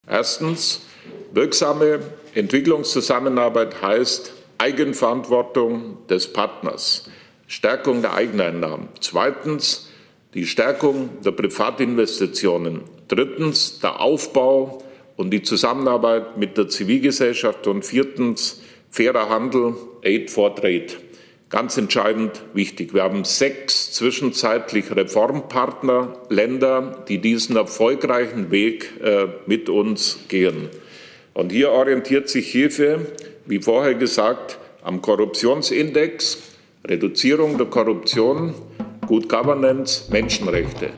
Erstens, wirksame Entwicklungszusammenarbeit heißt Eigenverantwortung des Partners, Stärkung der Eigeneinnahmen. Zweitens, die Stärkung der Privatinvestitionen. Drittens, der Aufbau und die Zusammenarbeit mit der Zivilgesellschaft. Und viertens, fairer Handel, Aid for Trade. Ganz entscheidend wichtig. Wir haben 6 zwischenzeitlich Reformpartnerländer, die diesen erfolgreichen Weg mit uns gehen. Und hier orientiert sich Hilfe, wie vorher gesagt, am Korruptionsindex, Reduzierung der Korruption, Good Governance, Menschenrechte.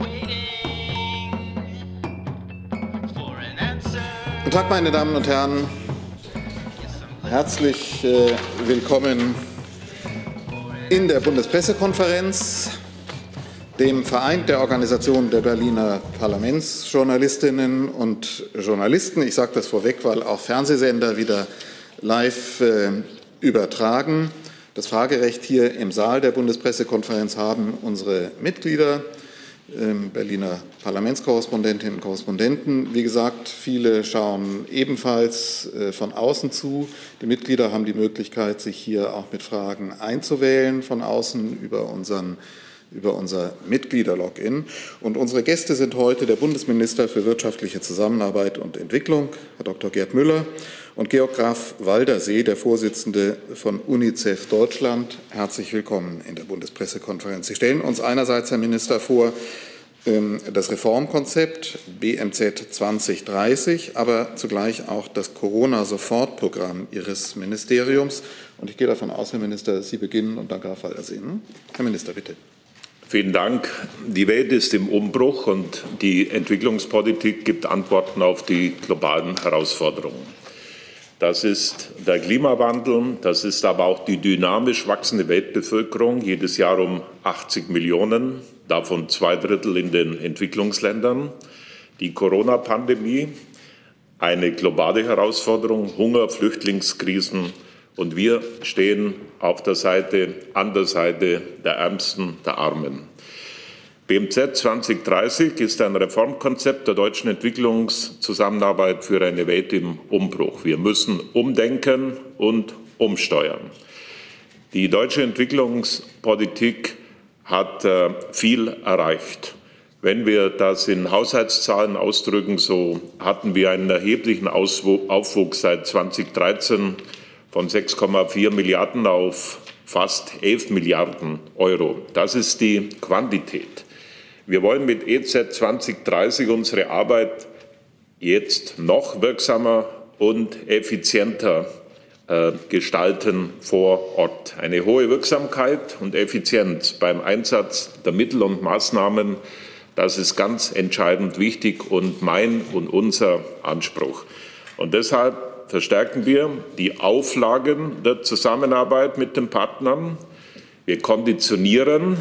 Guten Tag, meine Damen und Herren. Herzlich willkommen in der Bundespressekonferenz, dem Verein der Organisation der Berliner Parlamentsjournalistinnen und Journalisten. Ich sage das vorweg, weil auch Fernsehsender wieder live übertragen. Das Fragerecht hier im Saal der Bundespressekonferenz haben unsere Mitglieder, Berliner Parlamentskorrespondentinnen und Korrespondenten. Wie gesagt, viele schauen ebenfalls von außen zu. Die Mitglieder haben die Möglichkeit, sich hier auch mit Fragen einzuwählen von außen über unser Mitglieder-Login. Und unsere Gäste sind heute der Bundesminister für wirtschaftliche Zusammenarbeit und Entwicklung, Herr Dr. Gerd Müller, und Georg Graf Waldersee, der Vorsitzende von UNICEF Deutschland. Herzlich willkommen in der Bundespressekonferenz. Sie stellen uns einerseits, Herr Minister, vor das Reformkonzept BMZ 2030, aber zugleich auch das Corona-Sofortprogramm Ihres Ministeriums. Und ich gehe davon aus, Herr Minister, dass Sie beginnen und dann Graf Waldersee. Herr Minister, bitte. Vielen Dank. Die Welt ist im Umbruch und die Entwicklungspolitik gibt Antworten auf die globalen Herausforderungen. Das ist der Klimawandel, das ist aber auch die dynamisch wachsende Weltbevölkerung, jedes Jahr um 80 Millionen, davon 2/3 in den Entwicklungsländern. Die Corona-Pandemie, eine globale Herausforderung, Hunger, Flüchtlingskrisen, und wir stehen an der Seite der Ärmsten, der Armen. BMZ 2030 ist ein Reformkonzept der deutschen Entwicklungszusammenarbeit für eine Welt im Umbruch. Wir müssen umdenken und umsteuern. Die deutsche Entwicklungspolitik hat viel erreicht. Wenn wir das in Haushaltszahlen ausdrücken, so hatten wir einen erheblichen Aufwuchs seit 2013 von 6,4 Milliarden auf fast 11 Milliarden Euro. Das ist die Quantität. Wir wollen mit EZ 2030 unsere Arbeit jetzt noch wirksamer und effizienter gestalten vor Ort. Eine hohe Wirksamkeit und Effizienz beim Einsatz der Mittel und Maßnahmen, das ist ganz entscheidend wichtig und mein und unser Anspruch. Und deshalb verstärken wir die Auflagen der Zusammenarbeit mit den Partnern. Wir konditionieren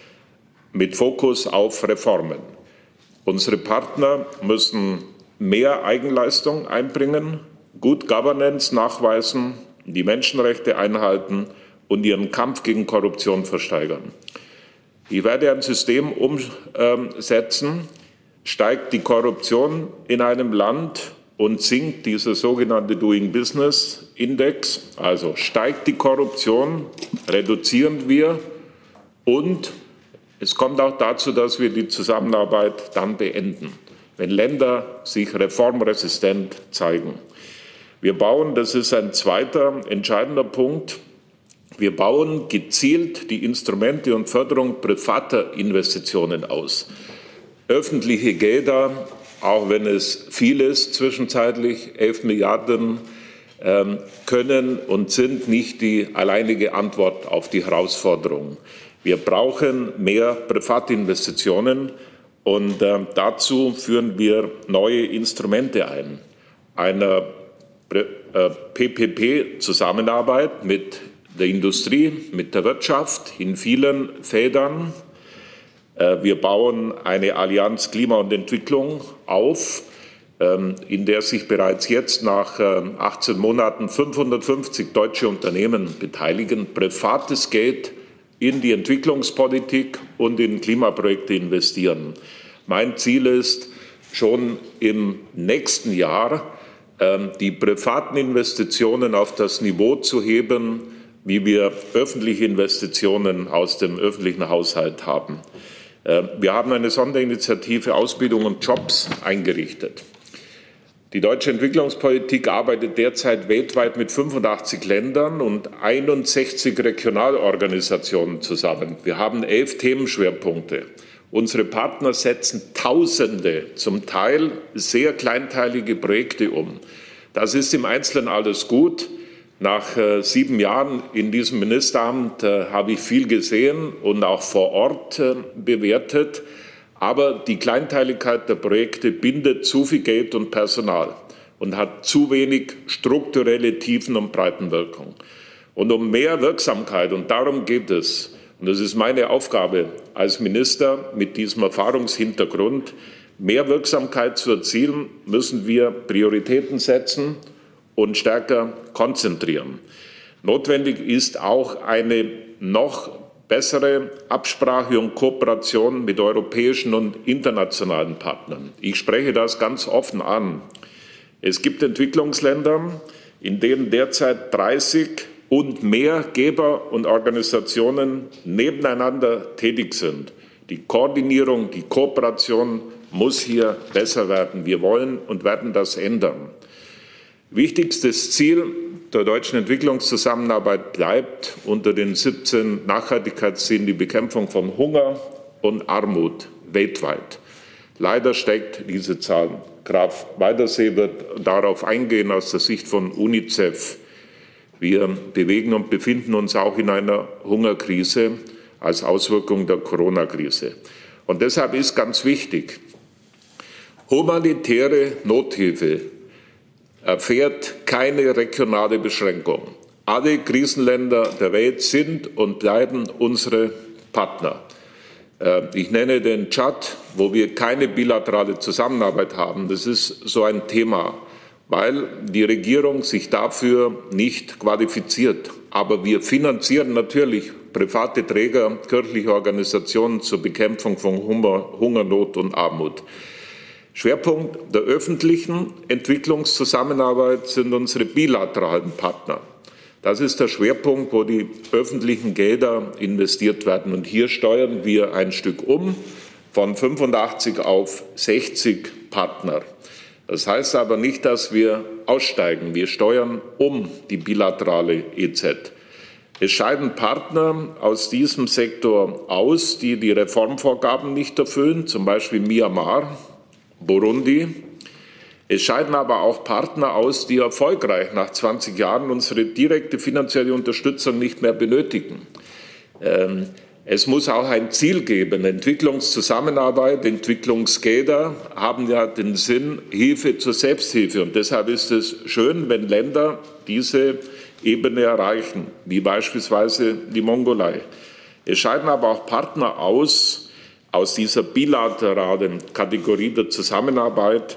mit Fokus auf Reformen. Unsere Partner müssen mehr Eigenleistung einbringen, Good Governance nachweisen, die Menschenrechte einhalten und ihren Kampf gegen Korruption versteigern. Ich werde ein System umsetzen, steigt die Korruption in einem Land und sinkt dieser sogenannte Doing Business Index, also steigt die Korruption, reduzieren wir und es kommt auch dazu, dass wir die Zusammenarbeit dann beenden, wenn Länder sich reformresistent zeigen. Wir bauen, das ist ein zweiter entscheidender Punkt, wir bauen gezielt die Instrumente und Förderung privater Investitionen aus. Öffentliche Gelder, auch wenn es viel ist, zwischenzeitlich 11 Milliarden, können und sind nicht die alleinige Antwort auf die Herausforderung. Wir brauchen mehr Privatinvestitionen und dazu führen wir neue Instrumente ein. Eine PPP-Zusammenarbeit mit der Industrie, mit der Wirtschaft in vielen Feldern. Wir bauen eine Allianz Klima und Entwicklung auf, in der sich bereits jetzt nach 18 Monaten 550 deutsche Unternehmen beteiligen, privates Geld in die Entwicklungspolitik und in Klimaprojekte investieren. Mein Ziel ist, schon im nächsten Jahr die privaten Investitionen auf das Niveau zu heben, wie wir öffentliche Investitionen aus dem öffentlichen Haushalt haben. Wir haben eine Sonderinitiative Ausbildung und Jobs eingerichtet. Die deutsche Entwicklungspolitik arbeitet derzeit weltweit mit 85 Ländern und 61 Regionalorganisationen zusammen. Wir haben 11 Themenschwerpunkte. Unsere Partner setzen Tausende, zum Teil sehr kleinteilige Projekte um. Das ist im Einzelnen alles gut. Nach 7 Jahren in diesem Ministeramt habe ich viel gesehen und auch vor Ort bewertet. Aber die Kleinteiligkeit der Projekte bindet zu viel Geld und Personal und hat zu wenig strukturelle Tiefen- und Breitenwirkung. Und um mehr Wirksamkeit, und darum geht es, und das ist meine Aufgabe als Minister mit diesem Erfahrungshintergrund, mehr Wirksamkeit zu erzielen, müssen wir Prioritäten setzen und stärker konzentrieren. Notwendig ist auch eine noch bessere Absprache und Kooperation mit europäischen und internationalen Partnern. Ich spreche das ganz offen an. Es gibt Entwicklungsländer, in denen derzeit 30 und mehr Geber und Organisationen nebeneinander tätig sind. Die Koordinierung, die Kooperation muss hier besser werden. Wir wollen und werden das ändern. Wichtigstes Ziel der deutschen Entwicklungszusammenarbeit bleibt unter den 17 Nachhaltigkeitszielen die Bekämpfung von Hunger und Armut weltweit. Leider steckt diese Zahl. Graf Weidersee wird darauf eingehen aus der Sicht von UNICEF. Wir bewegen und befinden uns auch in einer Hungerkrise als Auswirkung der Corona-Krise. Und deshalb ist ganz wichtig, humanitäre Nothilfe erfährt keine regionale Beschränkung. Alle Krisenländer der Welt sind und bleiben unsere Partner. Ich nenne den Tschad, wo wir keine bilaterale Zusammenarbeit haben. Das ist so ein Thema, weil die Regierung sich dafür nicht qualifiziert. Aber wir finanzieren natürlich private Träger, kirchliche Organisationen zur Bekämpfung von Hungernot und Armut. Schwerpunkt der öffentlichen Entwicklungszusammenarbeit sind unsere bilateralen Partner. Das ist der Schwerpunkt, wo die öffentlichen Gelder investiert werden. Und hier steuern wir ein Stück um von 85 auf 60 Partner. Das heißt aber nicht, dass wir aussteigen. Wir steuern um die bilaterale EZ. Es scheiden Partner aus diesem Sektor aus, die die Reformvorgaben nicht erfüllen, zum Beispiel Myanmar, Burundi. Es scheiden aber auch Partner aus, die erfolgreich nach 20 Jahren unsere direkte finanzielle Unterstützung nicht mehr benötigen. Es muss auch ein Ziel geben. Entwicklungszusammenarbeit, Entwicklungsgelder haben ja den Sinn Hilfe zur Selbsthilfe. Und deshalb ist es schön, wenn Länder diese Ebene erreichen, wie beispielsweise die Mongolei. Es scheiden aber auch Partner aus dieser bilateralen Kategorie der Zusammenarbeit,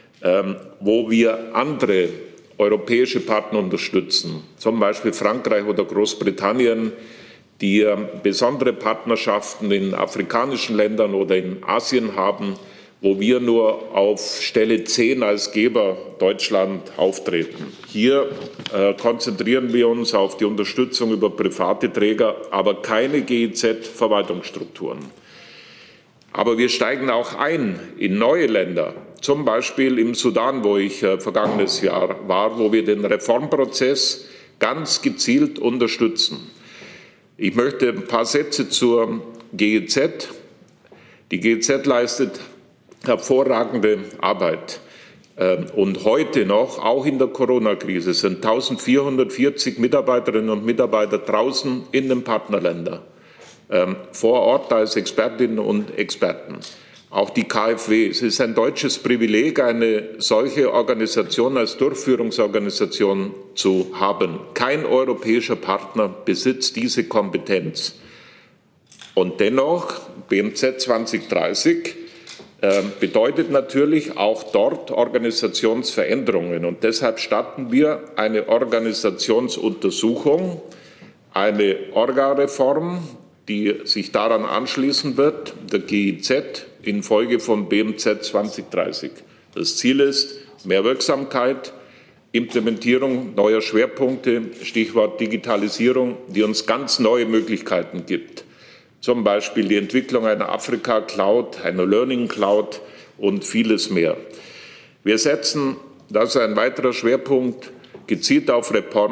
wo wir andere europäische Partner unterstützen, zum Beispiel Frankreich oder Großbritannien, die besondere Partnerschaften in afrikanischen Ländern oder in Asien haben, wo wir nur auf Stelle 10 als Geber Deutschland auftreten. Hier konzentrieren wir uns auf die Unterstützung über private Träger, aber keine GIZ-Verwaltungsstrukturen. Aber wir steigen auch ein in neue Länder, zum Beispiel im Sudan, wo ich vergangenes Jahr war, wo wir den Reformprozess ganz gezielt unterstützen. Ich möchte ein paar Sätze zur GIZ. Die GIZ leistet hervorragende Arbeit. Und heute noch, auch in der Corona-Krise, sind 1440 Mitarbeiterinnen und Mitarbeiter draußen in den Partnerländern. Vor Ort als Expertinnen und Experten. Auch die KfW. Es ist ein deutsches Privileg, eine solche Organisation als Durchführungsorganisation zu haben. Kein europäischer Partner besitzt diese Kompetenz. Und dennoch, BMZ 2030 bedeutet natürlich auch dort Organisationsveränderungen. Und deshalb starten wir eine Organisationsuntersuchung, eine Orga-Reform, die sich daran anschließen wird, der GIZ infolge von BMZ 2030. Das Ziel ist mehr Wirksamkeit, Implementierung neuer Schwerpunkte, Stichwort Digitalisierung, die uns ganz neue Möglichkeiten gibt. Zum Beispiel die Entwicklung einer Afrika-Cloud, einer Learning-Cloud und vieles mehr. Wir setzen, das ist ein weiterer Schwerpunkt, gezielt auf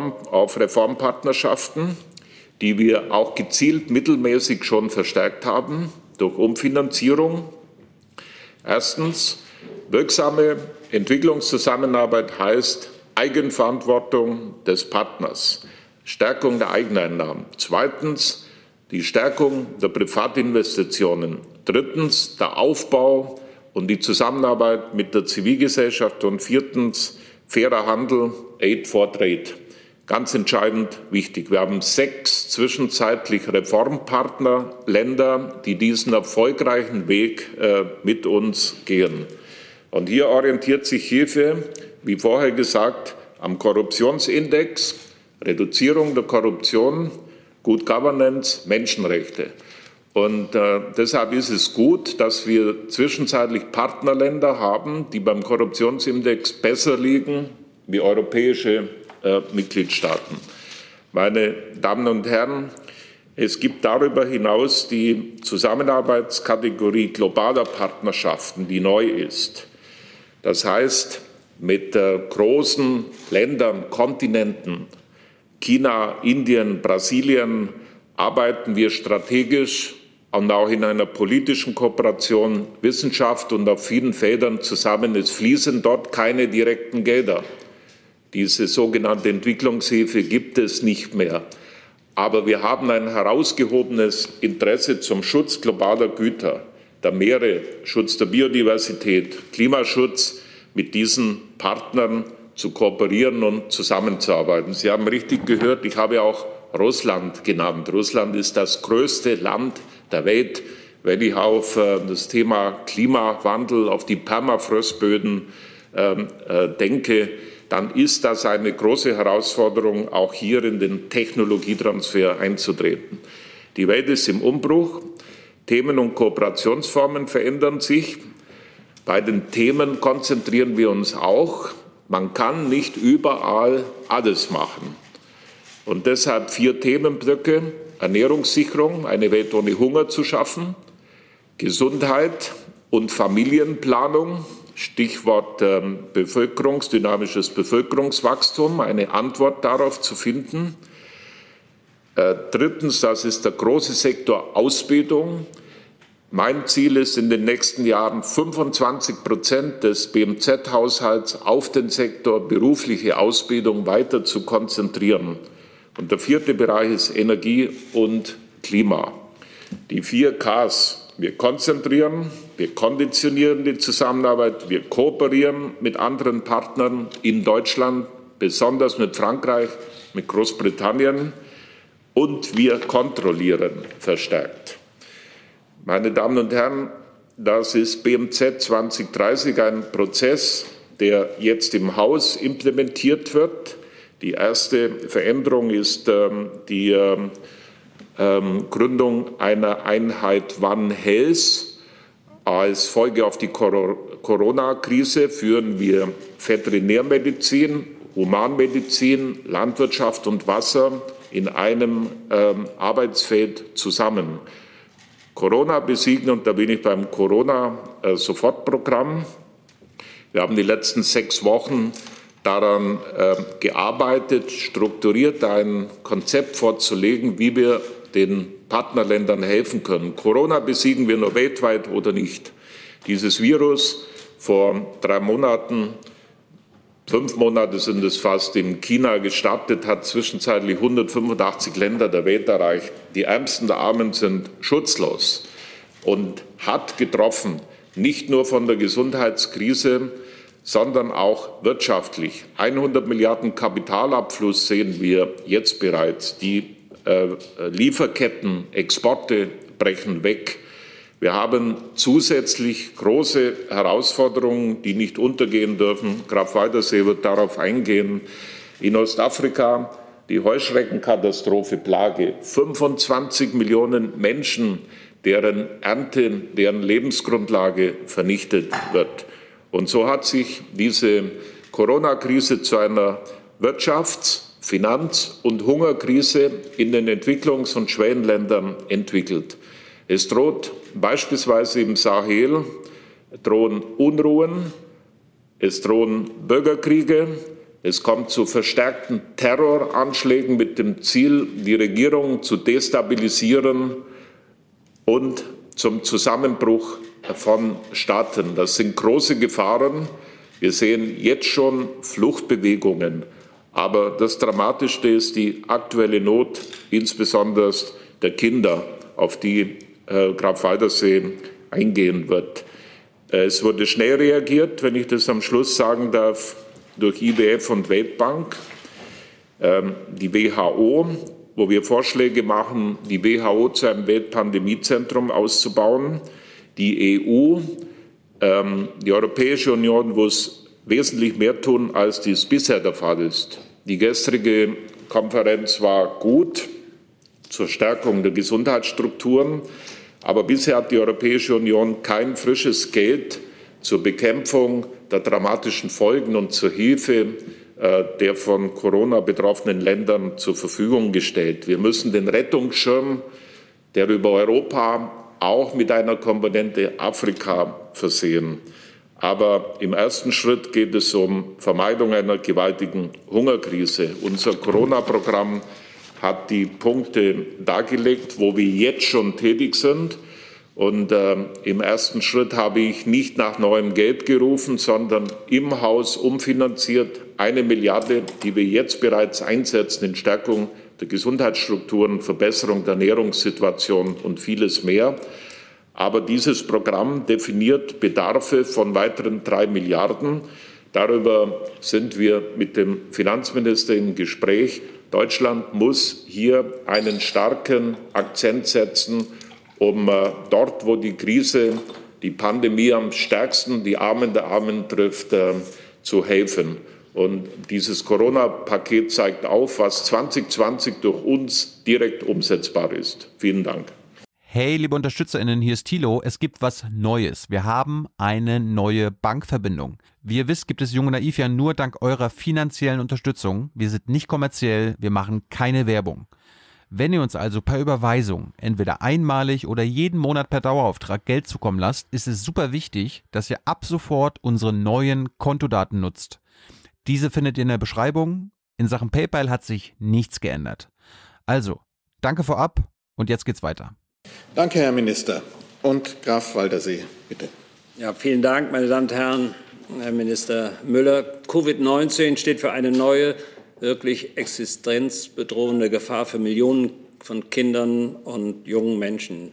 Reformpartnerschaften, die wir auch gezielt mittelmäßig schon verstärkt haben durch Umfinanzierung. Erstens, wirksame Entwicklungszusammenarbeit heißt Eigenverantwortung des Partners, Stärkung der Eigeneinnahmen. Zweitens, die Stärkung der Privatinvestitionen. Drittens, der Aufbau und die Zusammenarbeit mit der Zivilgesellschaft. Und viertens, fairer Handel, Aid for Trade. Ganz entscheidend wichtig. Wir haben 6 zwischenzeitlich Reformpartnerländer, die diesen erfolgreichen Weg mit uns gehen. Und hier orientiert sich Hilfe, wie vorher gesagt, am Korruptionsindex, Reduzierung der Korruption, Good Governance, Menschenrechte. Und deshalb ist es gut, dass wir zwischenzeitlich Partnerländer haben, die beim Korruptionsindex besser liegen wie europäische Mitgliedstaaten. Meine Damen und Herren, es gibt darüber hinaus die Zusammenarbeitskategorie globaler Partnerschaften, die neu ist. Das heißt, mit großen Ländern, Kontinenten, China, Indien, Brasilien, arbeiten wir strategisch und auch in einer politischen Kooperation, Wissenschaft und auf vielen Feldern zusammen. Es fließen dort keine direkten Gelder. Diese sogenannte Entwicklungshilfe gibt es nicht mehr. Aber wir haben ein herausgehobenes Interesse zum Schutz globaler Güter, der Meere, Schutz der Biodiversität, Klimaschutz, mit diesen Partnern zu kooperieren und zusammenzuarbeiten. Sie haben richtig gehört, ich habe auch Russland genannt. Russland ist das größte Land der Welt. Wenn ich auf das Thema Klimawandel, auf die Permafrostböden denke, dann ist das eine große Herausforderung, auch hier in den Technologietransfer einzutreten. Die Welt ist im Umbruch. Themen und Kooperationsformen verändern sich. Bei den Themen konzentrieren wir uns auch. Man kann nicht überall alles machen. Und deshalb 4 Themenblöcke: Ernährungssicherung, eine Welt ohne Hunger zu schaffen, Gesundheit und Familienplanung, Stichwort dynamisches Bevölkerungswachstum, eine Antwort darauf zu finden. Drittens, das ist der große Sektor Ausbildung. Mein Ziel ist, in den nächsten Jahren 25% des BMZ-Haushalts auf den Sektor berufliche Ausbildung weiter zu konzentrieren. Und der 4. Bereich ist Energie und Klima. Die 4 Ks. Wir konzentrieren, wir konditionieren die Zusammenarbeit, wir kooperieren mit anderen Partnern in Deutschland, besonders mit Frankreich, mit Großbritannien, und wir kontrollieren verstärkt. Meine Damen und Herren, das ist BMZ 2030, ein Prozess, der jetzt im Haus implementiert wird. Die erste Veränderung ist die Gründung einer Einheit One Health. Als Folge auf die Corona-Krise führen wir Veterinärmedizin, Humanmedizin, Landwirtschaft und Wasser in einem Arbeitsfeld zusammen. Corona besiegen, und da bin ich beim Corona-Sofortprogramm. Wir haben die letzten 6 Wochen daran gearbeitet, strukturiert ein Konzept vorzulegen, wie wir den Partnerländern helfen können. Corona besiegen wir nur weltweit oder nicht. Dieses Virus vor 3 Monaten, 5 Monate sind es fast, in China gestartet, hat zwischenzeitlich 185 Länder der Welt erreicht. Die Ärmsten der Armen sind schutzlos und hat getroffen, nicht nur von der Gesundheitskrise, sondern auch wirtschaftlich. 100 Milliarden Kapitalabfluss sehen wir jetzt bereits. Die Lieferketten, Exporte brechen weg. Wir haben zusätzlich große Herausforderungen, die nicht untergehen dürfen. Graf Waldersee wird darauf eingehen. In Ostafrika die Heuschreckenkatastrophe, Plage. 25 Millionen Menschen deren Ernte, deren Lebensgrundlage vernichtet wird. Und so hat sich diese Corona-Krise zu einer Wirtschafts-, Finanz- und Hungerkrise in den Entwicklungs- und Schwellenländern entwickelt. Es droht beispielsweise im Sahel, drohen Unruhen, es drohen Bürgerkriege, es kommt zu verstärkten Terroranschlägen mit dem Ziel, die Regierung zu destabilisieren und zum Zusammenbruch von Staaten. Das sind große Gefahren. Wir sehen jetzt schon Fluchtbewegungen. Aber das Dramatischste ist die aktuelle Not, insbesondere der Kinder, auf die Graf Waldersee eingehen wird. Es wurde schnell reagiert, wenn ich das am Schluss sagen darf, durch IWF und Weltbank. Die WHO, wo wir Vorschläge machen, die WHO zu einem Weltpandemiezentrum auszubauen. Die EU, die Europäische Union muss wesentlich mehr tun, als dies bisher der Fall ist. Die gestrige Konferenz war gut zur Stärkung der Gesundheitsstrukturen, aber bisher hat die Europäische Union kein frisches Geld zur Bekämpfung der dramatischen Folgen und zur Hilfe der von Corona betroffenen Ländern zur Verfügung gestellt. Wir müssen den Rettungsschirm, der über Europa auch mit einer Komponente Afrika versehen. Aber im ersten Schritt geht es um Vermeidung einer gewaltigen Hungerkrise. Unser Corona-Programm hat die Punkte dargelegt, wo wir jetzt schon tätig sind. Und im ersten Schritt habe ich nicht nach neuem Geld gerufen, sondern im Haus umfinanziert 1 Milliarde, die wir jetzt bereits einsetzen in Stärkung der Gesundheitsstrukturen, Verbesserung der Ernährungssituation und vieles mehr. Aber dieses Programm definiert Bedarfe von weiteren 3 Milliarden. Darüber sind wir mit dem Finanzminister im Gespräch. Deutschland muss hier einen starken Akzent setzen, um dort, wo die Krise, die Pandemie am stärksten die Armen der Armen trifft, zu helfen. Und dieses Corona-Paket zeigt auf, was 2020 durch uns direkt umsetzbar ist. Vielen Dank. Hey, liebe UnterstützerInnen, hier ist Thilo. Es gibt was Neues. Wir haben eine neue Bankverbindung. Wie ihr wisst, gibt es Jung und Naiv ja nur dank eurer finanziellen Unterstützung. Wir sind nicht kommerziell, wir machen keine Werbung. Wenn ihr uns also per Überweisung, entweder einmalig oder jeden Monat per Dauerauftrag Geld zukommen lasst, ist es super wichtig, dass ihr ab sofort unsere neuen Kontodaten nutzt. Diese findet ihr in der Beschreibung. In Sachen PayPal hat sich nichts geändert. Also, danke vorab und jetzt geht's weiter. Danke, Herr Minister. Und Graf Waldersee, bitte. Ja, vielen Dank, meine Damen und Herren, Herr Minister Müller. Covid-19 steht für eine neue, wirklich existenzbedrohende Gefahr für Millionen von Kindern und jungen Menschen,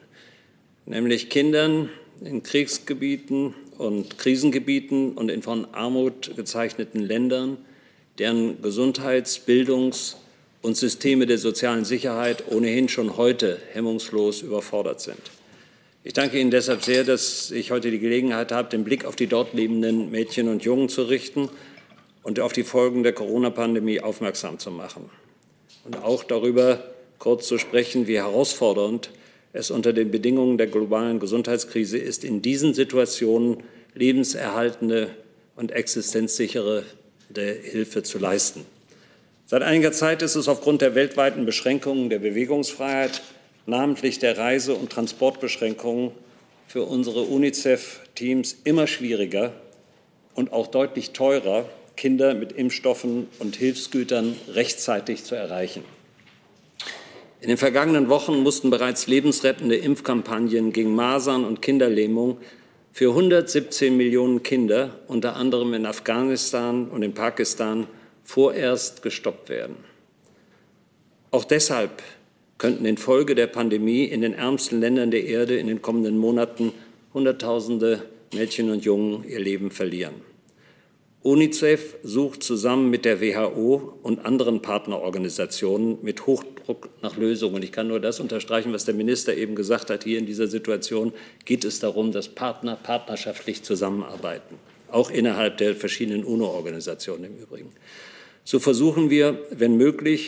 nämlich Kindern in Kriegsgebieten und Krisengebieten und in von Armut gezeichneten Ländern, deren Gesundheits-, Bildungs- und Systeme der sozialen Sicherheit ohnehin schon heute hemmungslos überfordert sind. Ich danke Ihnen deshalb sehr, dass ich heute die Gelegenheit habe, den Blick auf die dort lebenden Mädchen und Jungen zu richten und auf die Folgen der Corona-Pandemie aufmerksam zu machen. Und auch darüber kurz zu sprechen, wie herausfordernd es unter den Bedingungen der globalen Gesundheitskrise ist, in diesen Situationen lebenserhaltende und existenzsichere Hilfe zu leisten. Seit einiger Zeit ist es aufgrund der weltweiten Beschränkungen der Bewegungsfreiheit, namentlich der Reise- und Transportbeschränkungen, für unsere UNICEF-Teams immer schwieriger und auch deutlich teurer, Kinder mit Impfstoffen und Hilfsgütern rechtzeitig zu erreichen. In den vergangenen Wochen mussten bereits lebensrettende Impfkampagnen gegen Masern und Kinderlähmung für 117 Millionen Kinder, unter anderem in Afghanistan und in Pakistan, vorerst gestoppt werden. Auch deshalb könnten infolge der Pandemie in den ärmsten Ländern der Erde in den kommenden Monaten Hunderttausende Mädchen und Jungen ihr Leben verlieren. UNICEF sucht zusammen mit der WHO und anderen Partnerorganisationen mit Hochdruck nach Lösungen. Und ich kann nur das unterstreichen, was der Minister eben gesagt hat. Hier in dieser Situation geht es darum, dass Partner partnerschaftlich zusammenarbeiten, auch innerhalb der verschiedenen UNO-Organisationen im Übrigen. So versuchen wir, wenn möglich,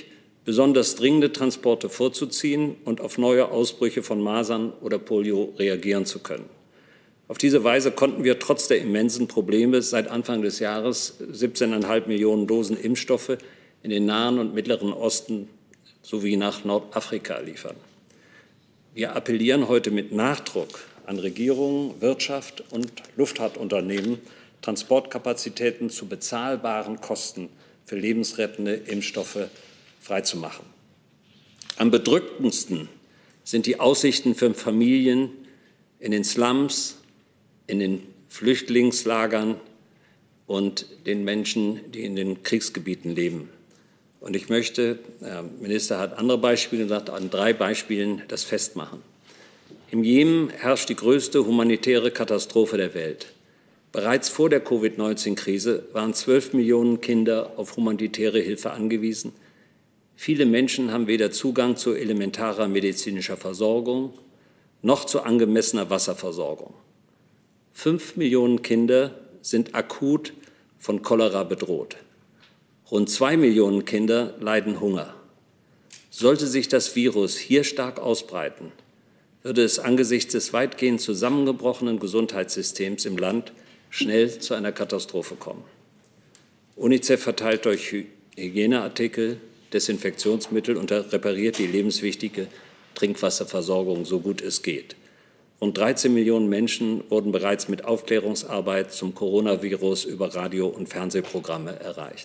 besonders dringende Transporte vorzuziehen und auf neue Ausbrüche von Masern oder Polio reagieren zu können. Auf diese Weise konnten wir trotz der immensen Probleme seit Anfang des Jahres 17,5 Millionen Dosen Impfstoffe in den Nahen und Mittleren Osten sowie nach Nordafrika liefern. Wir appellieren heute mit Nachdruck an Regierungen, Wirtschaft und Luftfahrtunternehmen, Transportkapazitäten zu bezahlbaren Kosten für lebensrettende Impfstoffe freizumachen. Am bedrückendsten sind die Aussichten für Familien in den Slums, in den Flüchtlingslagern und den Menschen, die in den Kriegsgebieten leben. Und ich möchte, der Minister hat andere Beispiele gesagt, an 3 Beispielen das festmachen. Im Jemen herrscht die größte humanitäre Katastrophe der Welt. Bereits vor der Covid-19-Krise waren 12 Millionen Kinder auf humanitäre Hilfe angewiesen. Viele Menschen haben weder Zugang zu elementarer medizinischer Versorgung noch zu angemessener Wasserversorgung. 5 Millionen Kinder sind akut von Cholera bedroht. Rund 2 Millionen Kinder leiden Hunger. Sollte sich das Virus hier stark ausbreiten, würde es angesichts des weitgehend zusammengebrochenen Gesundheitssystems im Land schnell zu einer Katastrophe kommen. UNICEF verteilt durch Hygieneartikel, Desinfektionsmittel und repariert die lebenswichtige Trinkwasserversorgung so gut es geht. Rund 13 Millionen Menschen wurden bereits mit Aufklärungsarbeit zum Coronavirus über Radio- und Fernsehprogramme erreicht.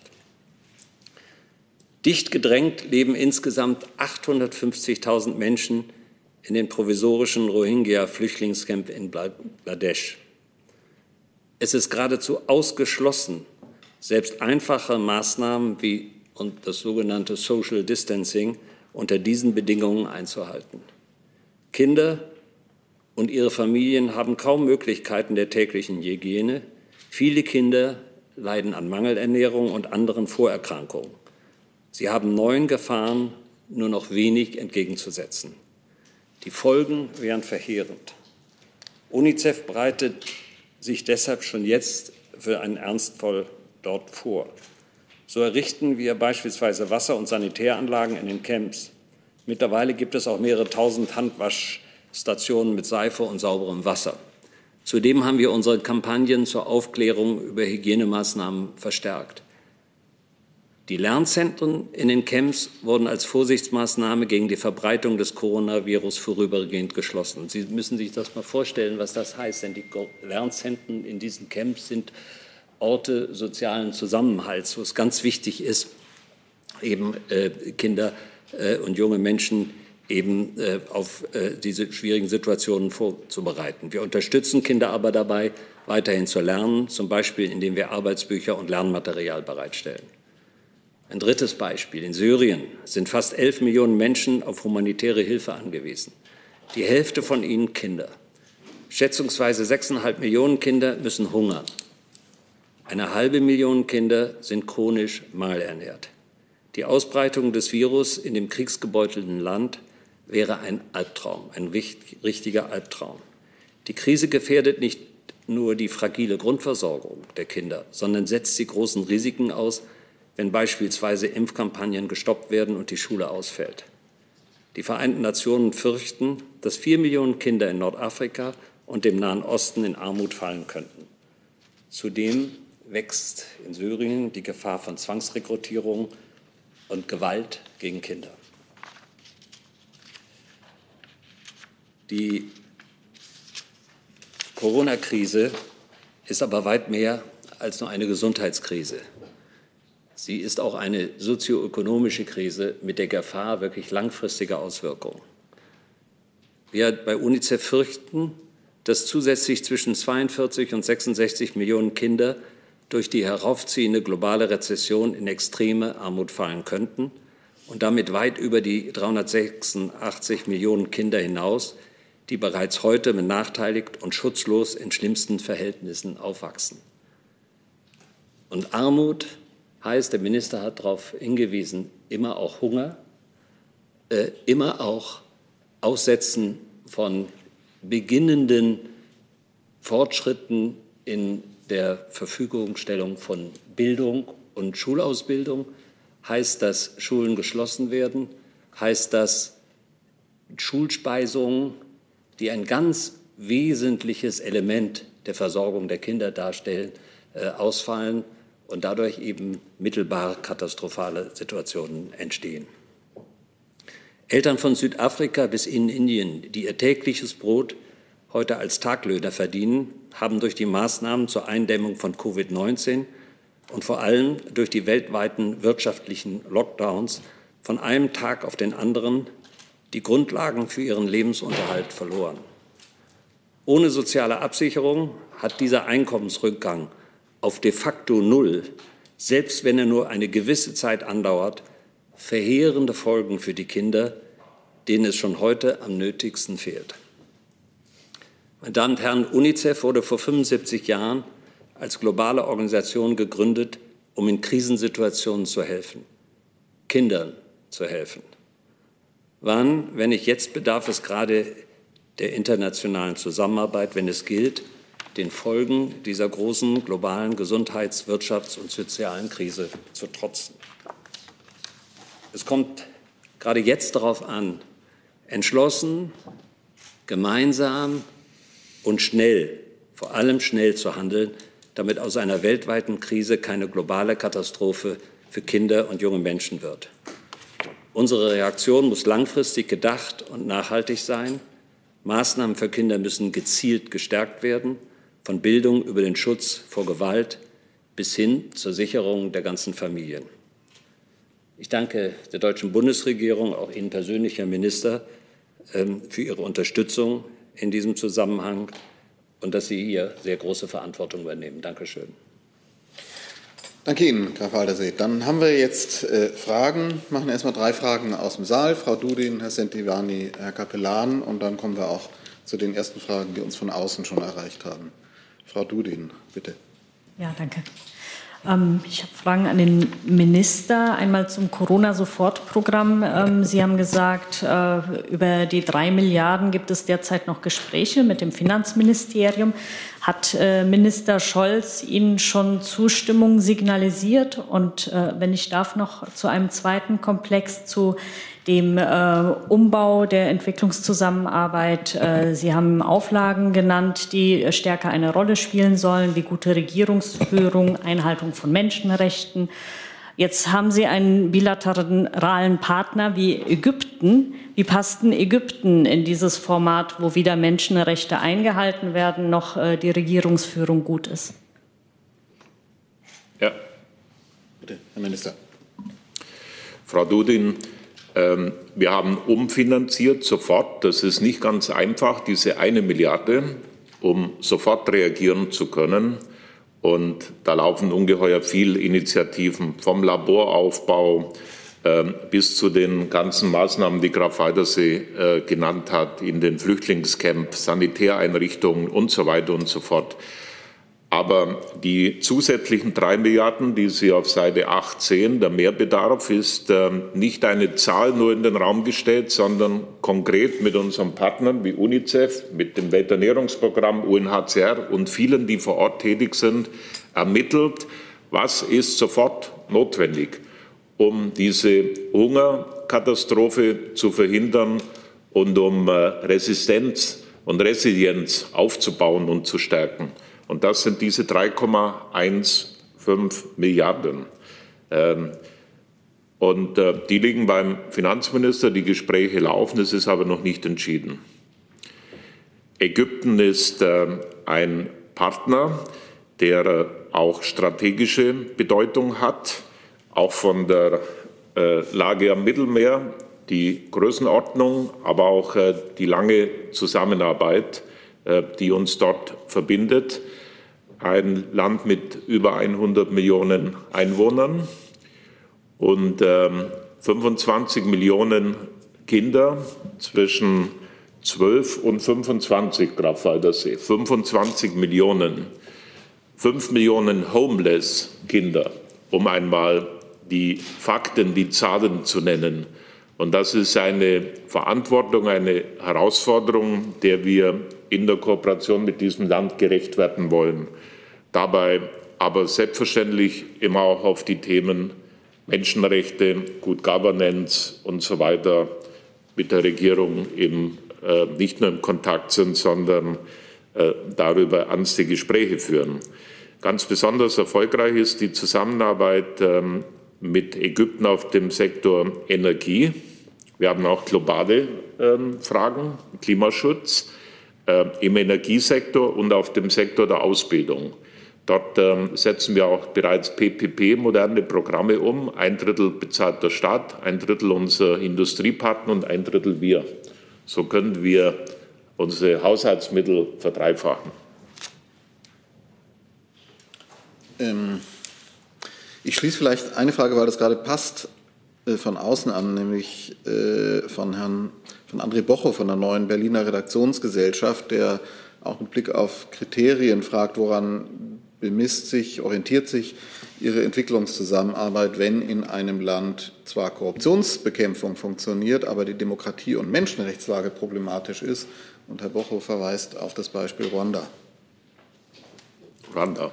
Dicht gedrängt leben insgesamt 850.000 Menschen in den provisorischen Rohingya-Flüchtlingscamp in Bangladesch. Es ist geradezu ausgeschlossen, selbst einfache Maßnahmen wie das sogenannte Social Distancing unter diesen Bedingungen einzuhalten. Kinder und ihre Familien haben kaum Möglichkeiten der täglichen Hygiene. Viele Kinder leiden an Mangelernährung und anderen Vorerkrankungen. Sie haben neuen Gefahren nur noch wenig entgegenzusetzen. Die Folgen wären verheerend. UNICEF bereitet sich deshalb schon jetzt für einen Ernstfall dort vor. So errichten wir beispielsweise Wasser- und Sanitäranlagen in den Camps. Mittlerweile gibt es auch mehrere tausend Handwaschstationen mit Seife und sauberem Wasser. Zudem haben wir unsere Kampagnen zur Aufklärung über Hygienemaßnahmen verstärkt. Die Lernzentren in den Camps wurden als Vorsichtsmaßnahme gegen die Verbreitung des Coronavirus vorübergehend geschlossen. Sie müssen sich das mal vorstellen, was das heißt, denn die Lernzentren in diesen Camps sind Orte sozialen Zusammenhalts, wo es ganz wichtig ist, eben Kinder und junge Menschen eben auf diese schwierigen Situationen vorzubereiten. Wir unterstützen Kinder aber dabei, weiterhin zu lernen, zum Beispiel indem wir Arbeitsbücher und Lernmaterial bereitstellen. Ein drittes Beispiel. In Syrien sind fast 11 Millionen Menschen auf humanitäre Hilfe angewiesen. Die Hälfte von ihnen Kinder. Schätzungsweise 6,5 Millionen Kinder müssen hungern. 1,5 Million Kinder sind chronisch mangelernährt. Die Ausbreitung des Virus in dem kriegsgebeutelten Land wäre ein Albtraum, ein richtiger Albtraum. Die Krise gefährdet nicht nur die fragile Grundversorgung der Kinder, sondern setzt sie großen Risiken aus, wenn beispielsweise Impfkampagnen gestoppt werden und die Schule ausfällt. Die Vereinten Nationen fürchten, dass 4 Millionen Kinder in Nordafrika und dem Nahen Osten in Armut fallen könnten. Zudem wächst in Syrien die Gefahr von Zwangsrekrutierung und Gewalt gegen Kinder. Die Corona-Krise ist aber weit mehr als nur eine Gesundheitskrise. Sie ist auch eine sozioökonomische Krise mit der Gefahr wirklich langfristiger Auswirkungen. Wir bei UNICEF fürchten, dass zusätzlich zwischen 42 und 66 Millionen Kinder durch die heraufziehende globale Rezession in extreme Armut fallen könnten und damit weit über die 386 Millionen Kinder hinaus, die bereits heute benachteiligt und schutzlos in schlimmsten Verhältnissen aufwachsen. Und Armut heißt, der Minister hat darauf hingewiesen, immer auch Hunger, immer auch Aussetzen von beginnenden Fortschritten in der Verfügungstellung von Bildung und Schulausbildung, Heißt das, Schulen geschlossen werden? Heißt das, Schulspeisungen, die ein ganz wesentliches Element der Versorgung der Kinder darstellen, ausfallen und dadurch eben mittelbar katastrophale Situationen entstehen? Eltern von Südafrika bis in Indien, die ihr tägliches Brot heute als Taglöhner verdienen, haben durch die Maßnahmen zur Eindämmung von Covid-19 und vor allem durch die weltweiten wirtschaftlichen Lockdowns von einem Tag auf den anderen die Grundlagen für ihren Lebensunterhalt verloren. Ohne soziale Absicherung hat dieser Einkommensrückgang auf de facto null, selbst wenn er nur eine gewisse Zeit andauert, verheerende Folgen für die Kinder, denen es schon heute am nötigsten fehlt. Meine Damen und Herren, UNICEF wurde vor 75 Jahren als globale Organisation gegründet, um in Krisensituationen zu helfen, Kindern zu helfen. Wann, wenn nicht jetzt, bedarf es gerade der internationalen Zusammenarbeit, wenn es gilt, den Folgen dieser großen globalen Gesundheits-, Wirtschafts- und sozialen Krise zu trotzen. Es kommt gerade jetzt darauf an, entschlossen, gemeinsam und schnell, vor allem schnell zu handeln, damit aus einer weltweiten Krise keine globale Katastrophe für Kinder und junge Menschen wird. Unsere Reaktion muss langfristig gedacht und nachhaltig sein. Maßnahmen für Kinder müssen gezielt gestärkt werden, von Bildung über den Schutz vor Gewalt bis hin zur Sicherung der ganzen Familien. Ich danke der deutschen Bundesregierung, auch Ihnen persönlich, Herr Minister, für Ihre Unterstützung in diesem Zusammenhang und dass Sie hier sehr große Verantwortung übernehmen. Dankeschön. Danke Ihnen, Graf Waldersee. Dann haben wir jetzt Fragen. Wir machen erstmal 3 Fragen aus dem Saal. Frau Dudin, Herr Sentivani, Herr Capellan. Und dann kommen wir auch zu den ersten Fragen, die uns von außen schon erreicht haben. Frau Dudin, bitte. Ja, danke. Ich habe Fragen an den Minister. Einmal zum Corona-Sofortprogramm. Sie haben gesagt, über die 3 Milliarden gibt es derzeit noch Gespräche mit dem Finanzministerium. Hat Minister Scholz Ihnen schon Zustimmung signalisiert? Und wenn ich darf, noch zu einem zweiten Komplex, zu dem Umbau der Entwicklungszusammenarbeit. Sie haben Auflagen genannt, die stärker eine Rolle spielen sollen, wie gute Regierungsführung, Einhaltung von Menschenrechten. Jetzt haben Sie einen bilateralen Partner wie Ägypten. Wie passt denn Ägypten in dieses Format, wo weder Menschenrechte eingehalten werden, noch die Regierungsführung gut ist? Ja. Bitte, Herr Minister. Frau Dudin, wir haben umfinanziert sofort. Das ist nicht ganz einfach, diese 1 Milliarde, um sofort reagieren zu können. Und da laufen ungeheuer viele Initiativen, vom Laboraufbau bis zu den ganzen Maßnahmen, die Graf Waldersee genannt hat, in den Flüchtlingscamps, Sanitäreinrichtungen und so weiter und so fort. Aber die zusätzlichen 3 Milliarden, die Sie auf Seite 8 sehen, der Mehrbedarf ist nicht eine Zahl nur in den Raum gestellt, sondern konkret mit unseren Partnern wie UNICEF, mit dem Welternährungsprogramm, UNHCR und vielen, die vor Ort tätig sind, ermittelt, was ist sofort notwendig, um diese Hungerkatastrophe zu verhindern und um Resistenz und Resilienz aufzubauen und zu stärken. Und das sind diese 3,15 Milliarden. Und die liegen beim Finanzminister, die Gespräche laufen, es ist aber noch nicht entschieden. Ägypten ist ein Partner, der auch strategische Bedeutung hat, auch von der Lage am Mittelmeer, die Größenordnung, aber auch die lange Zusammenarbeit, die uns dort verbindet. Ein Land mit über 100 Millionen Einwohnern und 25 Millionen Kinder zwischen 12 und 25, Graf Waldersee. 25 Millionen, 5 Millionen homeless Kinder, um einmal die Fakten, die Zahlen zu nennen. Und das ist eine Verantwortung, eine Herausforderung, der wir in der Kooperation mit diesem Land gerecht werden wollen. Dabei aber selbstverständlich immer auch auf die Themen Menschenrechte, Good Governance und so weiter mit der Regierung eben nicht nur im Kontakt sind, sondern darüber ernste Gespräche führen. Ganz besonders erfolgreich ist die Zusammenarbeit mit Ägypten auf dem Sektor Energie. Wir haben auch globale Fragen, Klimaschutz im Energiesektor und auf dem Sektor der Ausbildung. Dort setzen wir auch bereits PPP, moderne Programme um. 1/3 bezahlt der Staat, 1/3 unser Industriepartner und 1/3 wir. So können wir unsere Haushaltsmittel verdreifachen. Ich schließe vielleicht eine Frage, weil das gerade passt, von außen an, nämlich von André Bocho von der neuen Berliner Redaktionsgesellschaft, der auch mit Blick auf Kriterien fragt, woran orientiert sich Ihre Entwicklungszusammenarbeit, wenn in einem Land zwar Korruptionsbekämpfung funktioniert, aber die Demokratie- und Menschenrechtslage problematisch ist. Und Herr Bocho verweist auf das Beispiel Ruanda. Ruanda.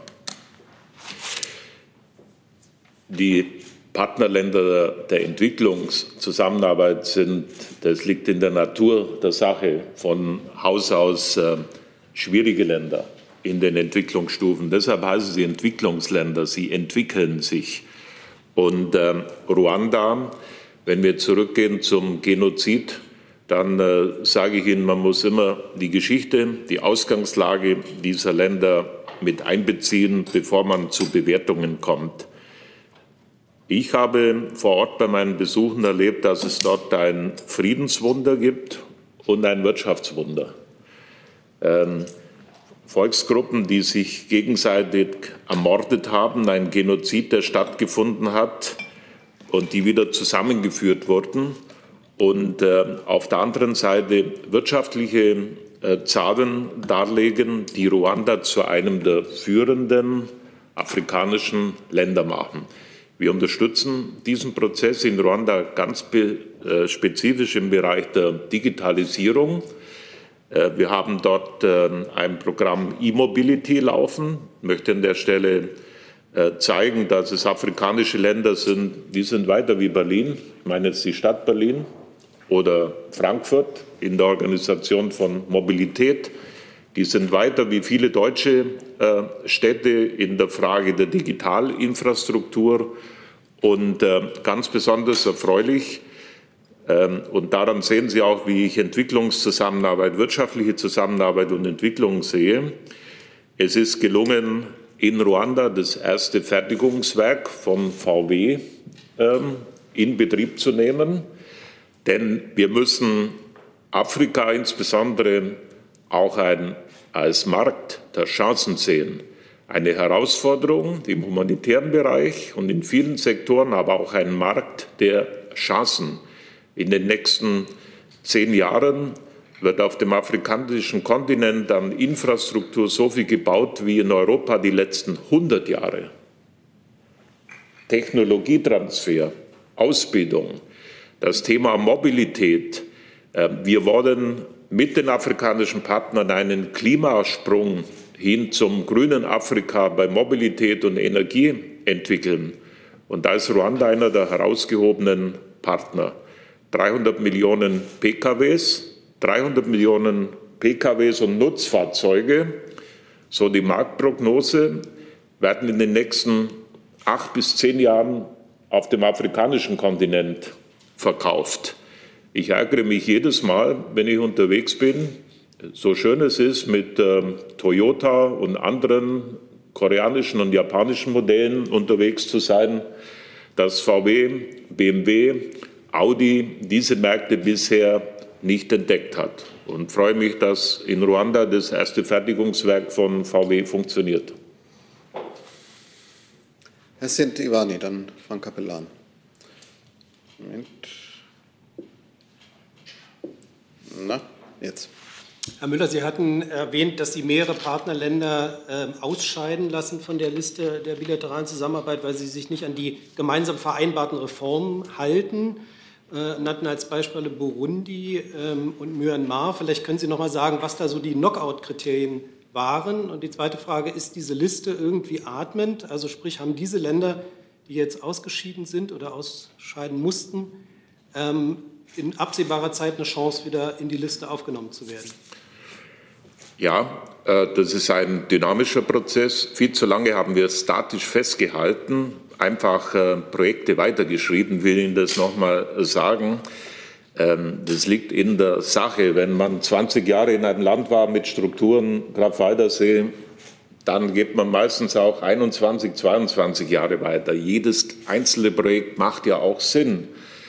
Die Partnerländer der Entwicklungszusammenarbeit sind, das liegt in der Natur der Sache, von Haus aus schwierige Länder in den Entwicklungsstufen. Deshalb heißen sie Entwicklungsländer, sie entwickeln sich. Und Ruanda, wenn wir zurückgehen zum Genozid, dann sage ich Ihnen, man muss immer die Geschichte, die Ausgangslage dieser Länder mit einbeziehen, bevor man zu Bewertungen kommt. Ich habe vor Ort bei meinen Besuchen erlebt, dass es dort ein Friedenswunder gibt und ein Wirtschaftswunder. Volksgruppen, die sich gegenseitig ermordet haben, ein Genozid, der stattgefunden hat und die wieder zusammengeführt wurden. Und auf der anderen Seite wirtschaftliche Zahlen darlegen, die Ruanda zu einem der führenden afrikanischen Länder machen. Wir unterstützen diesen Prozess in Ruanda ganz spezifisch im Bereich der Digitalisierung. Wir haben dort ein Programm E-Mobility laufen. Ich möchte an der Stelle zeigen, dass es afrikanische Länder sind, die sind weiter wie Berlin. Ich meine jetzt die Stadt Berlin oder Frankfurt in der Organisation von Mobilität. Die sind weiter wie viele deutsche Städte in der Frage der Digitalinfrastruktur. Und ganz besonders erfreulich, und daran sehen Sie auch, wie ich Entwicklungszusammenarbeit, wirtschaftliche Zusammenarbeit und Entwicklung sehe. Es ist gelungen, in Ruanda das erste Fertigungswerk von VW in Betrieb zu nehmen. Denn wir müssen Afrika insbesondere auch als Markt der Chancen sehen. Eine Herausforderung im humanitären Bereich und in vielen Sektoren, aber auch ein Markt der Chancen. In den nächsten 10 Jahren wird auf dem afrikanischen Kontinent an Infrastruktur so viel gebaut wie in Europa die letzten 100 Jahre. Technologietransfer, Ausbildung, das Thema Mobilität. Wir wollen mit den afrikanischen Partnern einen Klimasprung hin zum grünen Afrika bei Mobilität und Energie entwickeln. Und da ist Ruanda einer der herausgehobenen Partner. 300 Millionen PKWs, 300 Millionen PKWs und Nutzfahrzeuge, so die Marktprognose, werden in den nächsten 8 bis 10 Jahren auf dem afrikanischen Kontinent verkauft. Ich ärgere mich jedes Mal, wenn ich unterwegs bin, so schön es ist, mit Toyota und anderen koreanischen und japanischen Modellen unterwegs zu sein, dass VW, BMW, Audi diese Märkte bisher nicht entdeckt hat. Und freue mich, dass in Ruanda das erste Fertigungswerk von VW funktioniert. Herr Sint-Ivani, dann Frank Capellan. Moment. Na, jetzt. Herr Müller, Sie hatten erwähnt, dass Sie mehrere Partnerländer ausscheiden lassen von der Liste der bilateralen Zusammenarbeit, weil sie sich nicht an die gemeinsam vereinbarten Reformen halten. Nannten als Beispiele Burundi und Myanmar. Vielleicht können Sie noch mal sagen, was da so die Knockout-Kriterien waren. Und die zweite Frage, ist diese Liste irgendwie atmend? Also sprich, haben diese Länder die jetzt ausgeschieden sind oder ausscheiden mussten, in absehbarer Zeit eine Chance, wieder in die Liste aufgenommen zu werden? Ja, das ist ein dynamischer Prozess. Viel zu lange haben wir statisch festgehalten, einfach Projekte weitergeschrieben, will Ihnen das nochmal sagen. Das liegt in der Sache. Wenn man 20 Jahre in einem Land war mit Strukturen, Graf-Waldersee, dann geht man meistens auch 21, 22 Jahre weiter. Jedes einzelne Projekt macht ja auch Sinn.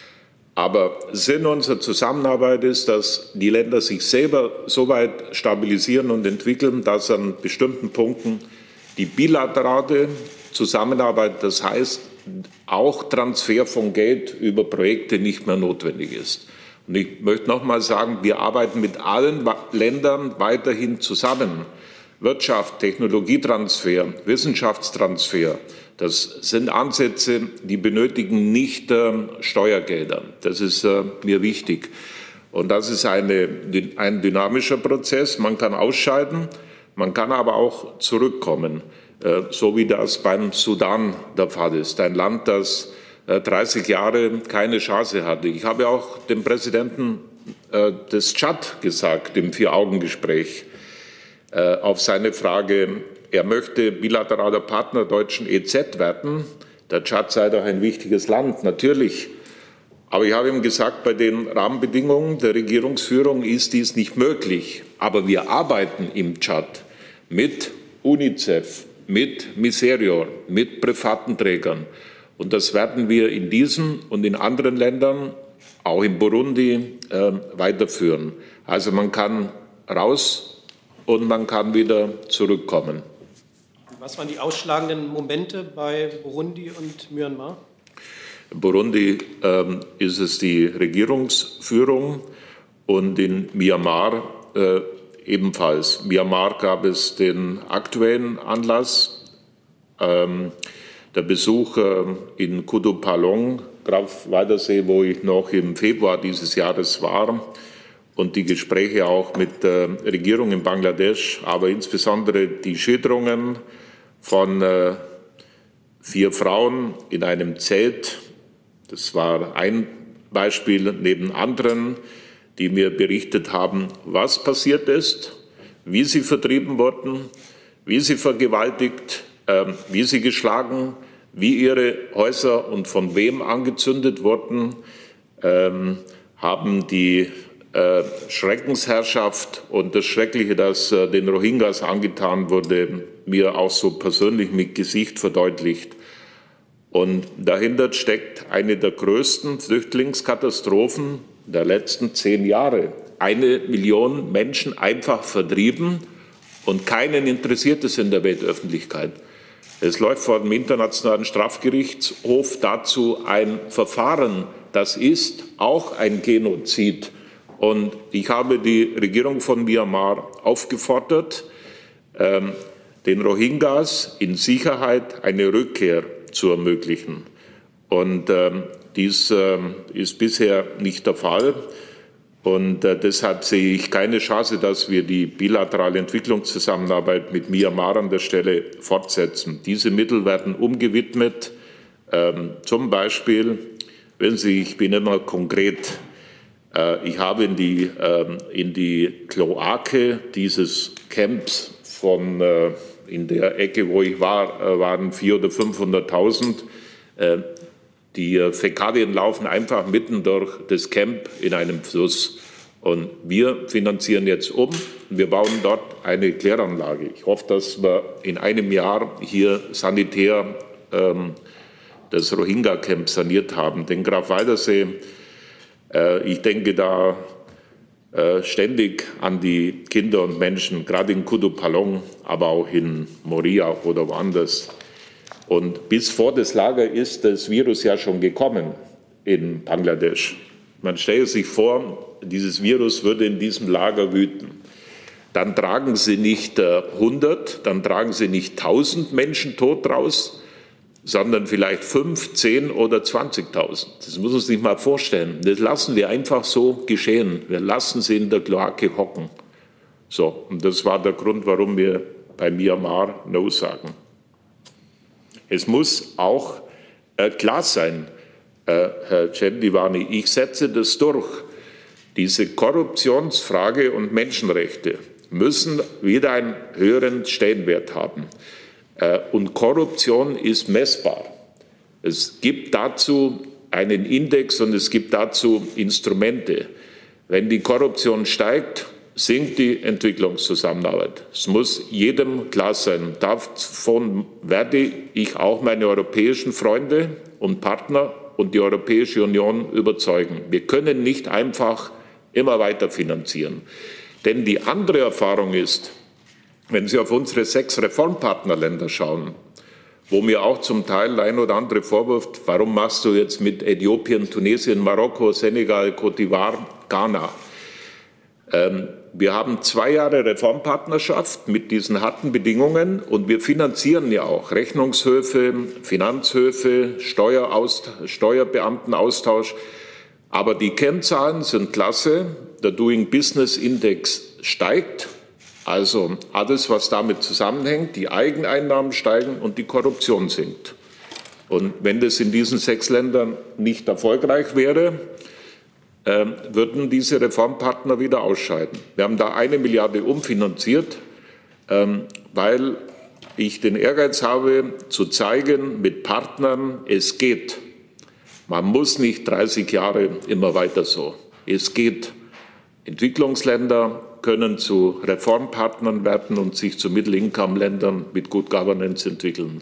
Aber Sinn unserer Zusammenarbeit ist, dass die Länder sich selber so weit stabilisieren und entwickeln, dass an bestimmten Punkten die bilaterale Zusammenarbeit, das heißt auch Transfer von Geld über Projekte, nicht mehr notwendig ist. Und ich möchte noch mal sagen, wir arbeiten mit allen Ländern weiterhin zusammen. Wirtschaft, Technologietransfer, Wissenschaftstransfer, das sind Ansätze, die benötigen nicht Steuergelder. Das ist mir wichtig. Und das ist ein dynamischer Prozess. Man kann ausscheiden, man kann aber auch zurückkommen, so wie das beim Sudan der Fall ist. Ein Land, das 30 Jahre keine Chance hatte. Ich habe auch dem Präsidenten des Tschad gesagt im Vier-Augen-Gespräch auf seine Frage, er möchte bilateraler Partner deutschen EZ werden. Der Tschad sei doch ein wichtiges Land, natürlich. Aber ich habe ihm gesagt, bei den Rahmenbedingungen der Regierungsführung ist dies nicht möglich. Aber wir arbeiten im Tschad mit UNICEF, mit Miserior, mit privaten Trägern. Und das werden wir in diesem und in anderen Ländern, auch in Burundi, weiterführen. Also man kann raus und man kann wieder zurückkommen. Was waren die ausschlagenden Momente bei Burundi und Myanmar? In Burundi ist es die Regierungsführung und in Myanmar ebenfalls. In Myanmar gab es den aktuellen Anlass, der Besuch in Kutupalong, Graf-Waldersee, wo ich noch im Februar dieses Jahres war, und die Gespräche auch mit der Regierung in Bangladesch, aber insbesondere die Schilderungen von 4 Frauen in einem Zelt. Das war ein Beispiel neben anderen, die mir berichtet haben, was passiert ist, wie sie vertrieben wurden, wie sie vergewaltigt, wie sie geschlagen, wie ihre Häuser und von wem angezündet wurden, haben die Schreckensherrschaft und das Schreckliche, das den Rohingyas angetan wurde, mir auch so persönlich mit Gesicht verdeutlicht. Und dahinter steckt eine der größten Flüchtlingskatastrophen der letzten 10 Jahre. 1 Million Menschen einfach vertrieben und keinen interessiert es in der Weltöffentlichkeit. Es läuft vor dem Internationalen Strafgerichtshof dazu ein Verfahren. Das ist auch ein Genozid. Und ich habe die Regierung von Myanmar aufgefordert, den Rohingyas in Sicherheit eine Rückkehr zu ermöglichen. Und dies ist bisher nicht der Fall. Und deshalb sehe ich keine Chance, dass wir die bilaterale Entwicklungszusammenarbeit mit Myanmar an der Stelle fortsetzen. Diese Mittel werden umgewidmet. Zum Beispiel, wenn Sie, ich bin immer konkret, ich habe in die Kloake dieses Camps von in der Ecke, wo ich war, waren 400.000 oder 500.000. Die Fäkalien laufen einfach mitten durch das Camp in einem Fluss. Und wir finanzieren jetzt um. Wir bauen dort eine Kläranlage. Ich hoffe, dass wir in einem Jahr hier sanitär das Rohingya-Camp saniert haben. Den Graf-Waldersee, ich denke da ständig an die Kinder und Menschen, gerade in Kutupalong, aber auch in Moria oder woanders. Und bis vor das Lager ist das Virus ja schon gekommen in Bangladesch. Man stellt sich vor, dieses Virus würde in diesem Lager wüten. Dann tragen Sie nicht 100, dann tragen Sie nicht 1000 Menschen tot raus, sondern vielleicht 5, 10 oder 20.000. Das muss man sich mal vorstellen. Das lassen wir einfach so geschehen. Wir lassen sie in der Kloake hocken. So, und das war der Grund, warum wir bei Myanmar No sagen. Es muss auch klar sein, Herr Centilivani, ich setze das durch. Diese Korruptionsfrage und Menschenrechte müssen wieder einen höheren Stellenwert haben. Und Korruption ist messbar. Es gibt dazu einen Index und es gibt dazu Instrumente. Wenn die Korruption steigt, sinkt die Entwicklungszusammenarbeit. Es muss jedem klar sein. Davon werde ich auch meine europäischen Freunde und Partner und die Europäische Union überzeugen. Wir können nicht einfach immer weiter finanzieren. Denn die andere Erfahrung ist, wenn Sie auf unsere 6 Reformpartnerländer schauen, wo mir auch zum Teil ein oder andere vorwirft, warum machst du jetzt mit Äthiopien, Tunesien, Marokko, Senegal, Côte d'Ivoire, Ghana? Wir haben 2 Jahre Reformpartnerschaft mit diesen harten Bedingungen und wir finanzieren ja auch Rechnungshöfe, Finanzhöfe, Steuerbeamtenaustausch. Aber die Kennzahlen sind klasse. Der Doing Business Index steigt. Also alles, was damit zusammenhängt, die Eigeneinnahmen steigen und die Korruption sinkt. Und wenn das in diesen 6 Ländern nicht erfolgreich wäre, würden diese Reformpartner wieder ausscheiden. Wir haben da 1 Milliarde umfinanziert, weil ich den Ehrgeiz habe, zu zeigen mit Partnern, es geht. Man muss nicht 30 Jahre immer weiter so. Es geht. Entwicklungsländer können zu Reformpartnern werden und sich zu Middle-Income-Ländern mit Good Governance entwickeln.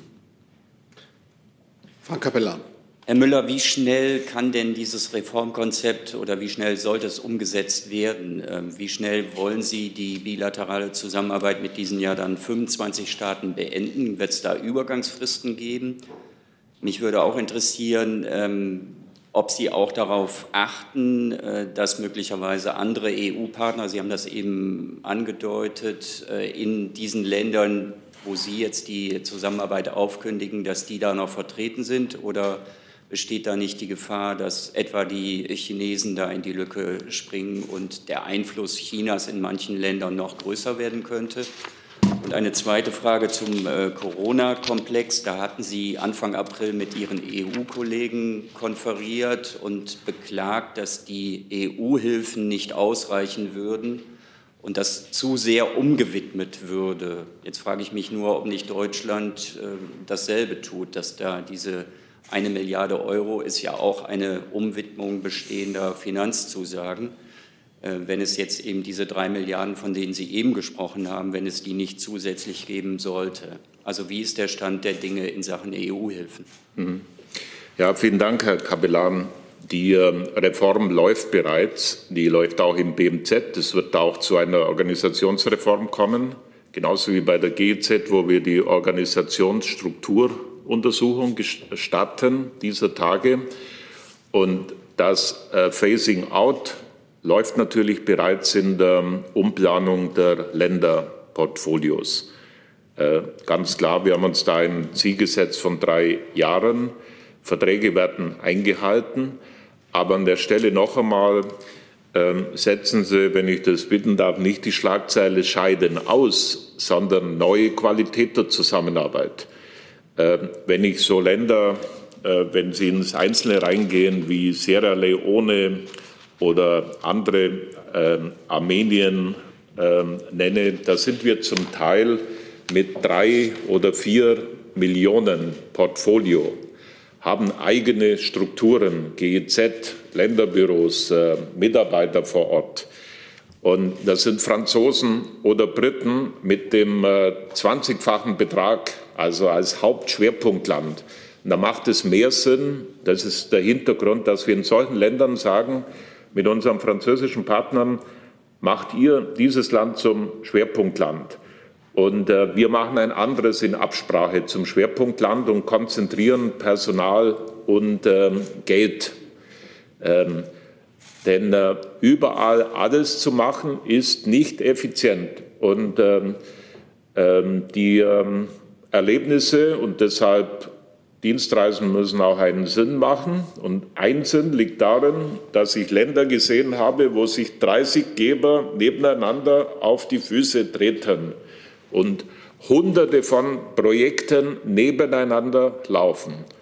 Frank Capellan. Herr Müller, wie schnell kann denn dieses Reformkonzept oder wie schnell sollte es umgesetzt werden? Wie schnell wollen Sie die bilaterale Zusammenarbeit mit diesen ja dann 25 Staaten beenden? Wird es da Übergangsfristen geben? Mich würde auch interessieren, ob Sie auch darauf achten, dass möglicherweise andere EU-Partner, Sie haben das eben angedeutet, in diesen Ländern, wo Sie jetzt die Zusammenarbeit aufkündigen, dass die da noch vertreten sind? Oder besteht da nicht die Gefahr, dass etwa die Chinesen da in die Lücke springen und der Einfluss Chinas in manchen Ländern noch größer werden könnte? Und eine zweite Frage zum Corona-Komplex. Da hatten Sie Anfang April mit Ihren EU-Kollegen konferiert und beklagt, dass die EU-Hilfen nicht ausreichen würden und das zu sehr umgewidmet würde. Jetzt frage ich mich nur, ob nicht Deutschland dasselbe tut, dass da diese 1 Milliarde Euro ist ja auch eine Umwidmung bestehender Finanzzusagen. Wenn es jetzt eben diese 3 Milliarden, von denen Sie eben gesprochen haben, wenn es die nicht zusätzlich geben sollte. Also wie ist der Stand der Dinge in Sachen EU-Hilfen? Ja, vielen Dank, Herr Capellan. Die Reform läuft bereits. Die läuft auch im BMZ. Es wird auch zu einer Organisationsreform kommen, genauso wie bei der GEZ, wo wir die Organisationsstrukturuntersuchung starten dieser Tage. Und das Phasing Out läuft natürlich bereits in der Umplanung der Länderportfolios. Ganz klar, wir haben uns da ein Ziel gesetzt von 3 Jahren. Verträge werden eingehalten. Aber an der Stelle noch einmal, setzen Sie, wenn ich das bitten darf, nicht die Schlagzeile scheiden aus, sondern neue Qualität der Zusammenarbeit. Wenn ich so Länder, wenn Sie ins Einzelne reingehen, wie Sierra Leone oder andere Armenien nenne, da sind wir zum Teil mit 3 oder 4 Millionen Portfolio, haben eigene Strukturen, GEZ, Länderbüros, Mitarbeiter vor Ort. Und das sind Franzosen oder Briten mit dem 20-fachen Betrag, also als Hauptschwerpunktland. Und da macht es mehr Sinn, das ist der Hintergrund, dass wir in solchen Ländern sagen, mit unseren französischen Partnern, macht ihr dieses Land zum Schwerpunktland. Und wir machen ein anderes in Absprache zum Schwerpunktland und konzentrieren Personal und Geld. Denn überall alles zu machen, ist nicht effizient. Und die Erlebnisse und deshalb Dienstreisen müssen auch einen Sinn machen. Und ein Sinn liegt darin, dass ich Länder gesehen habe, wo sich 30 Geber nebeneinander auf die Füße treten und Hunderte von Projekten nebeneinander laufen.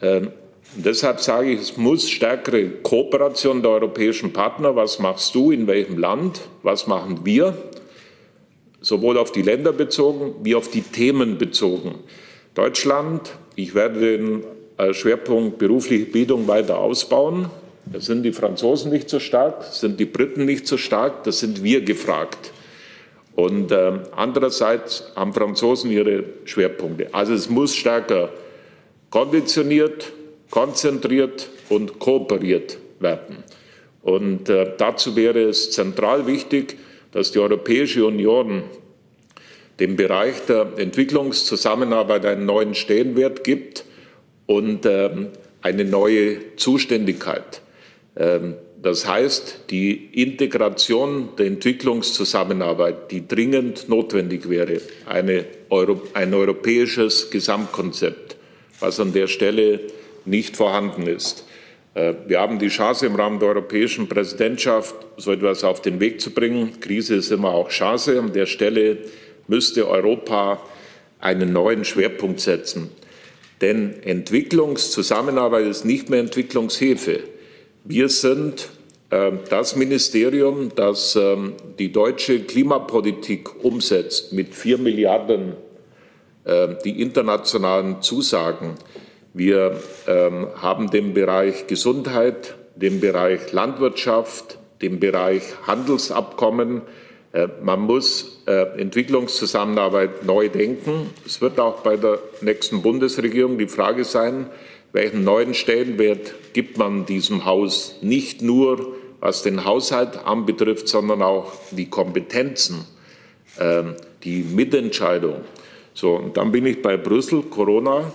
Deshalb sage ich, es muss stärkere Kooperation der europäischen Partner. Was machst du in welchem Land? Was machen wir? Sowohl auf die Länder bezogen wie auf die Themen bezogen. Deutschland, ich werde den Schwerpunkt berufliche Bildung weiter ausbauen. Da sind die Franzosen nicht so stark, sind die Briten nicht so stark, da sind wir gefragt. Und andererseits haben Franzosen ihre Schwerpunkte. Also es muss stärker konditioniert, konzentriert und kooperiert werden. Und dazu wäre es zentral wichtig, dass die Europäische Union dem Bereich der Entwicklungszusammenarbeit einen neuen Stellenwert gibt und eine neue Zuständigkeit. Das heißt, die Integration der Entwicklungszusammenarbeit, die dringend notwendig wäre, ein europäisches Gesamtkonzept, was an der Stelle nicht vorhanden ist. Wir haben die Chance, im Rahmen der europäischen Präsidentschaft so etwas auf den Weg zu bringen. Krise ist immer auch Chance. An der Stelle müsste Europa einen neuen Schwerpunkt setzen. Denn Entwicklungszusammenarbeit ist nicht mehr Entwicklungshilfe. Wir sind das Ministerium, das die deutsche Klimapolitik umsetzt mit 4 Milliarden, die internationalen Zusagen. Wir haben den Bereich Gesundheit, den Bereich Landwirtschaft, den Bereich Handelsabkommen. Man muss Entwicklungszusammenarbeit neu denken. Es wird auch bei der nächsten Bundesregierung die Frage sein, welchen neuen Stellenwert gibt man diesem Haus, nicht nur was den Haushalt anbetrifft, sondern auch die Kompetenzen, die Mitentscheidung. So, und dann bin ich bei Brüssel, Corona.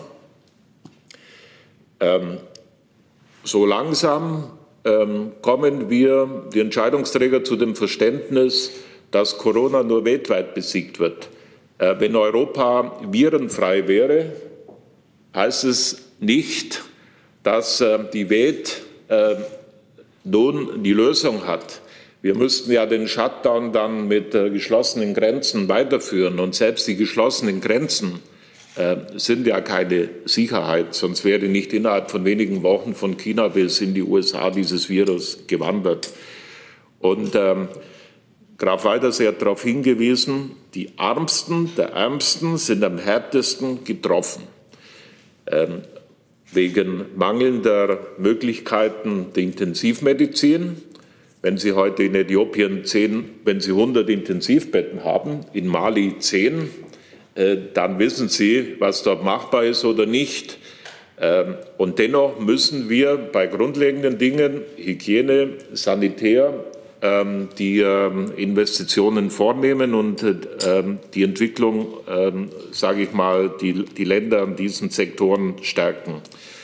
So langsam kommen wir, die Entscheidungsträger, zu dem Verständnis, dass Corona nur weltweit besiegt wird. Wenn Europa virenfrei wäre, heißt es nicht, dass die Welt nun die Lösung hat. Wir müssten ja den Shutdown dann mit geschlossenen Grenzen weiterführen. Und selbst die geschlossenen Grenzen sind ja keine Sicherheit. Sonst wäre nicht innerhalb von wenigen Wochen von China bis in die USA dieses Virus gewandert. Und Graf Waldersee hat darauf hingewiesen, die Armsten der Ärmsten sind am härtesten getroffen. Wegen mangelnder Möglichkeiten der Intensivmedizin. Wenn Sie heute in Äthiopien 100 Intensivbetten haben, in Mali 10, dann wissen Sie, was dort machbar ist oder nicht. Und dennoch müssen wir bei grundlegenden Dingen, Hygiene, Sanitär, die Investitionen vornehmen und die Entwicklung, sage ich mal, die Länder in diesen Sektoren stärken.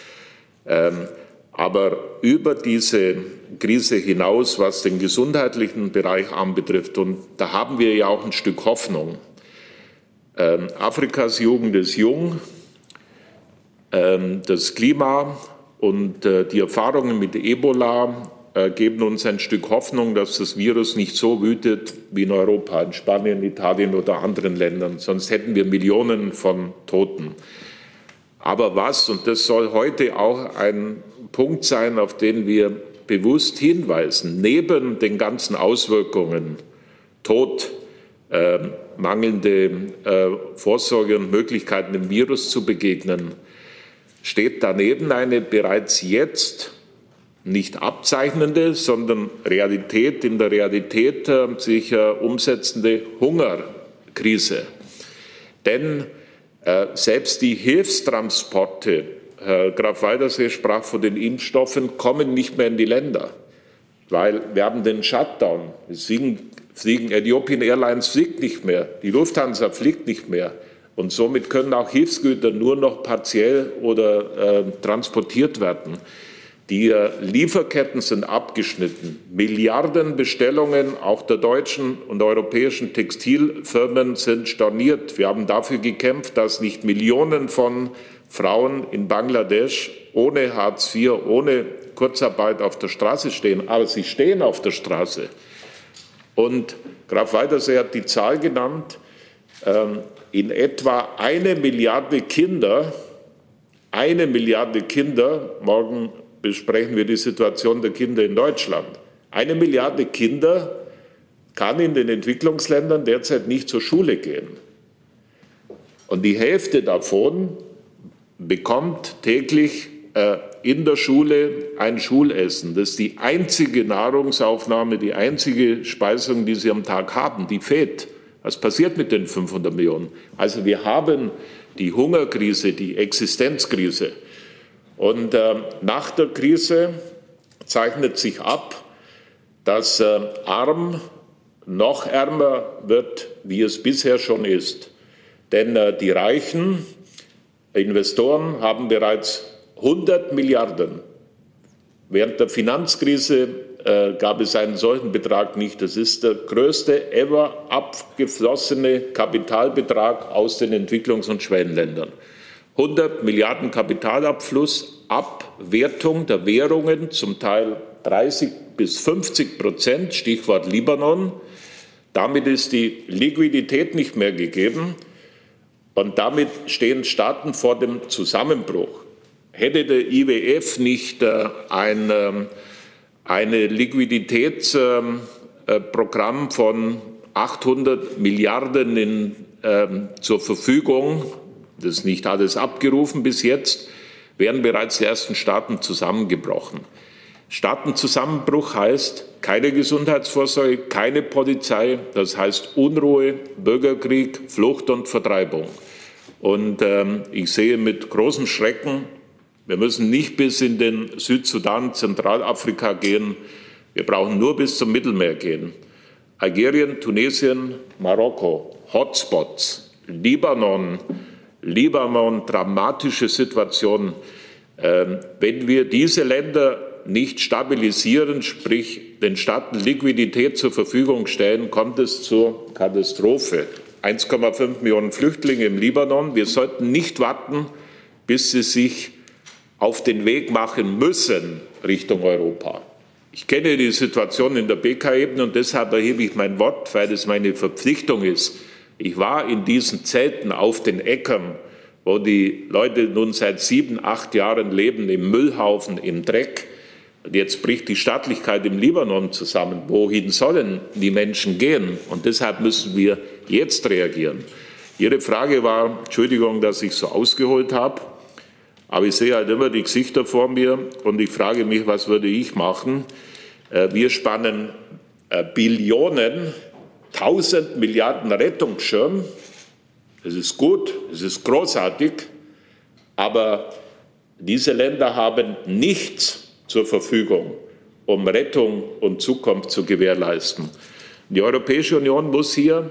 Aber über diese Krise hinaus, was den gesundheitlichen Bereich anbetrifft, und da haben wir ja auch ein Stück Hoffnung. Afrikas Jugend ist jung, das Klima und die Erfahrungen mit Ebola geben uns ein Stück Hoffnung, dass das Virus nicht so wütet wie in Europa, in Spanien, Italien oder anderen Ländern. Sonst hätten wir Millionen von Toten. Aber was, und das soll heute auch ein Punkt sein, auf den wir bewusst hinweisen, neben den ganzen Auswirkungen, Tod, mangelnde Vorsorge und Möglichkeiten, dem Virus zu begegnen, steht daneben eine bereits jetzt nicht abzeichnende, sondern Realität, in der Realität sich umsetzende Hungerkrise. Denn selbst die Hilfstransporte, Herr Graf Waldersee sprach von den Impfstoffen, kommen nicht mehr in die Länder, weil wir haben den Shutdown. Ethiopian Airlines fliegt nicht mehr, die Lufthansa fliegt nicht mehr. Und somit können auch Hilfsgüter nur noch partiell oder transportiert werden. Die Lieferketten sind abgeschnitten. Milliarden Bestellungen auch der deutschen und europäischen Textilfirmen sind storniert. Wir haben dafür gekämpft, dass nicht Millionen von Frauen in Bangladesch ohne Hartz IV, ohne Kurzarbeit auf der Straße stehen. Aber sie stehen auf der Straße. Und Graf Waldersee hat die Zahl genannt, in etwa 1 Milliarde Kinder 1 Milliarde Kinder, morgen besprechen wir die Situation der Kinder in Deutschland. 1 Milliarde Kinder kann in den Entwicklungsländern derzeit nicht zur Schule gehen. Und die Hälfte davon bekommt täglich in der Schule ein Schulessen. Das ist die einzige Nahrungsaufnahme, die einzige Speisung, die sie am Tag haben, die fehlt. Was passiert mit den 500 Millionen? Also wir haben die Hungerkrise, die Existenzkrise. Und nach der Krise zeichnet sich ab, dass arm noch ärmer wird, wie es bisher schon ist. Denn die reichen Investoren haben bereits 100 Milliarden. Während der Finanzkrise gab es einen solchen Betrag nicht. Das ist der größte ever abgeflossene Kapitalbetrag aus den Entwicklungs- und Schwellenländern. 100 Milliarden Kapitalabfluss, Abwertung der Währungen, zum Teil 30-50%, Stichwort Libanon. Damit ist die Liquidität nicht mehr gegeben und damit stehen Staaten vor dem Zusammenbruch. Hätte der IWF nicht ein Liquiditätsprogramm von 800 Milliarden zur Verfügung, das ist nicht alles abgerufen bis jetzt, wären bereits die ersten Staaten zusammengebrochen. Staatenzusammenbruch heißt keine Gesundheitsvorsorge, keine Polizei, das heißt Unruhe, Bürgerkrieg, Flucht und Vertreibung. Und ich sehe mit großem Schrecken, wir müssen nicht bis in den Südsudan, Zentralafrika gehen, wir brauchen nur bis zum Mittelmeer gehen. Algerien, Tunesien, Marokko, Hotspots, Libanon, dramatische Situation. Wenn wir diese Länder nicht stabilisieren, sprich den Staaten Liquidität zur Verfügung stellen, kommt es zur Katastrophe. 1,5 Millionen Flüchtlinge im Libanon. Wir sollten nicht warten, bis sie sich auf den Weg machen müssen Richtung Europa. Ich kenne die Situation in der BK-Ebene und deshalb erhebe ich mein Wort, weil es meine Verpflichtung ist. Ich war in diesen Zelten auf den Äckern, wo die Leute nun seit 7, 8 Jahren leben, im Müllhaufen, im Dreck. Und jetzt bricht die Staatlichkeit im Libanon zusammen. Wohin sollen die Menschen gehen? Und deshalb müssen wir jetzt reagieren. Ihre Frage war, Entschuldigung, dass ich so ausgeholt habe, aber ich sehe halt immer die Gesichter vor mir und ich frage mich, was würde ich machen? Wir spannen Billionen, 1000 Milliarden Rettungsschirm. Das ist gut, das ist großartig, aber diese Länder haben nichts zur Verfügung, um Rettung und Zukunft zu gewährleisten. Die Europäische Union muss hier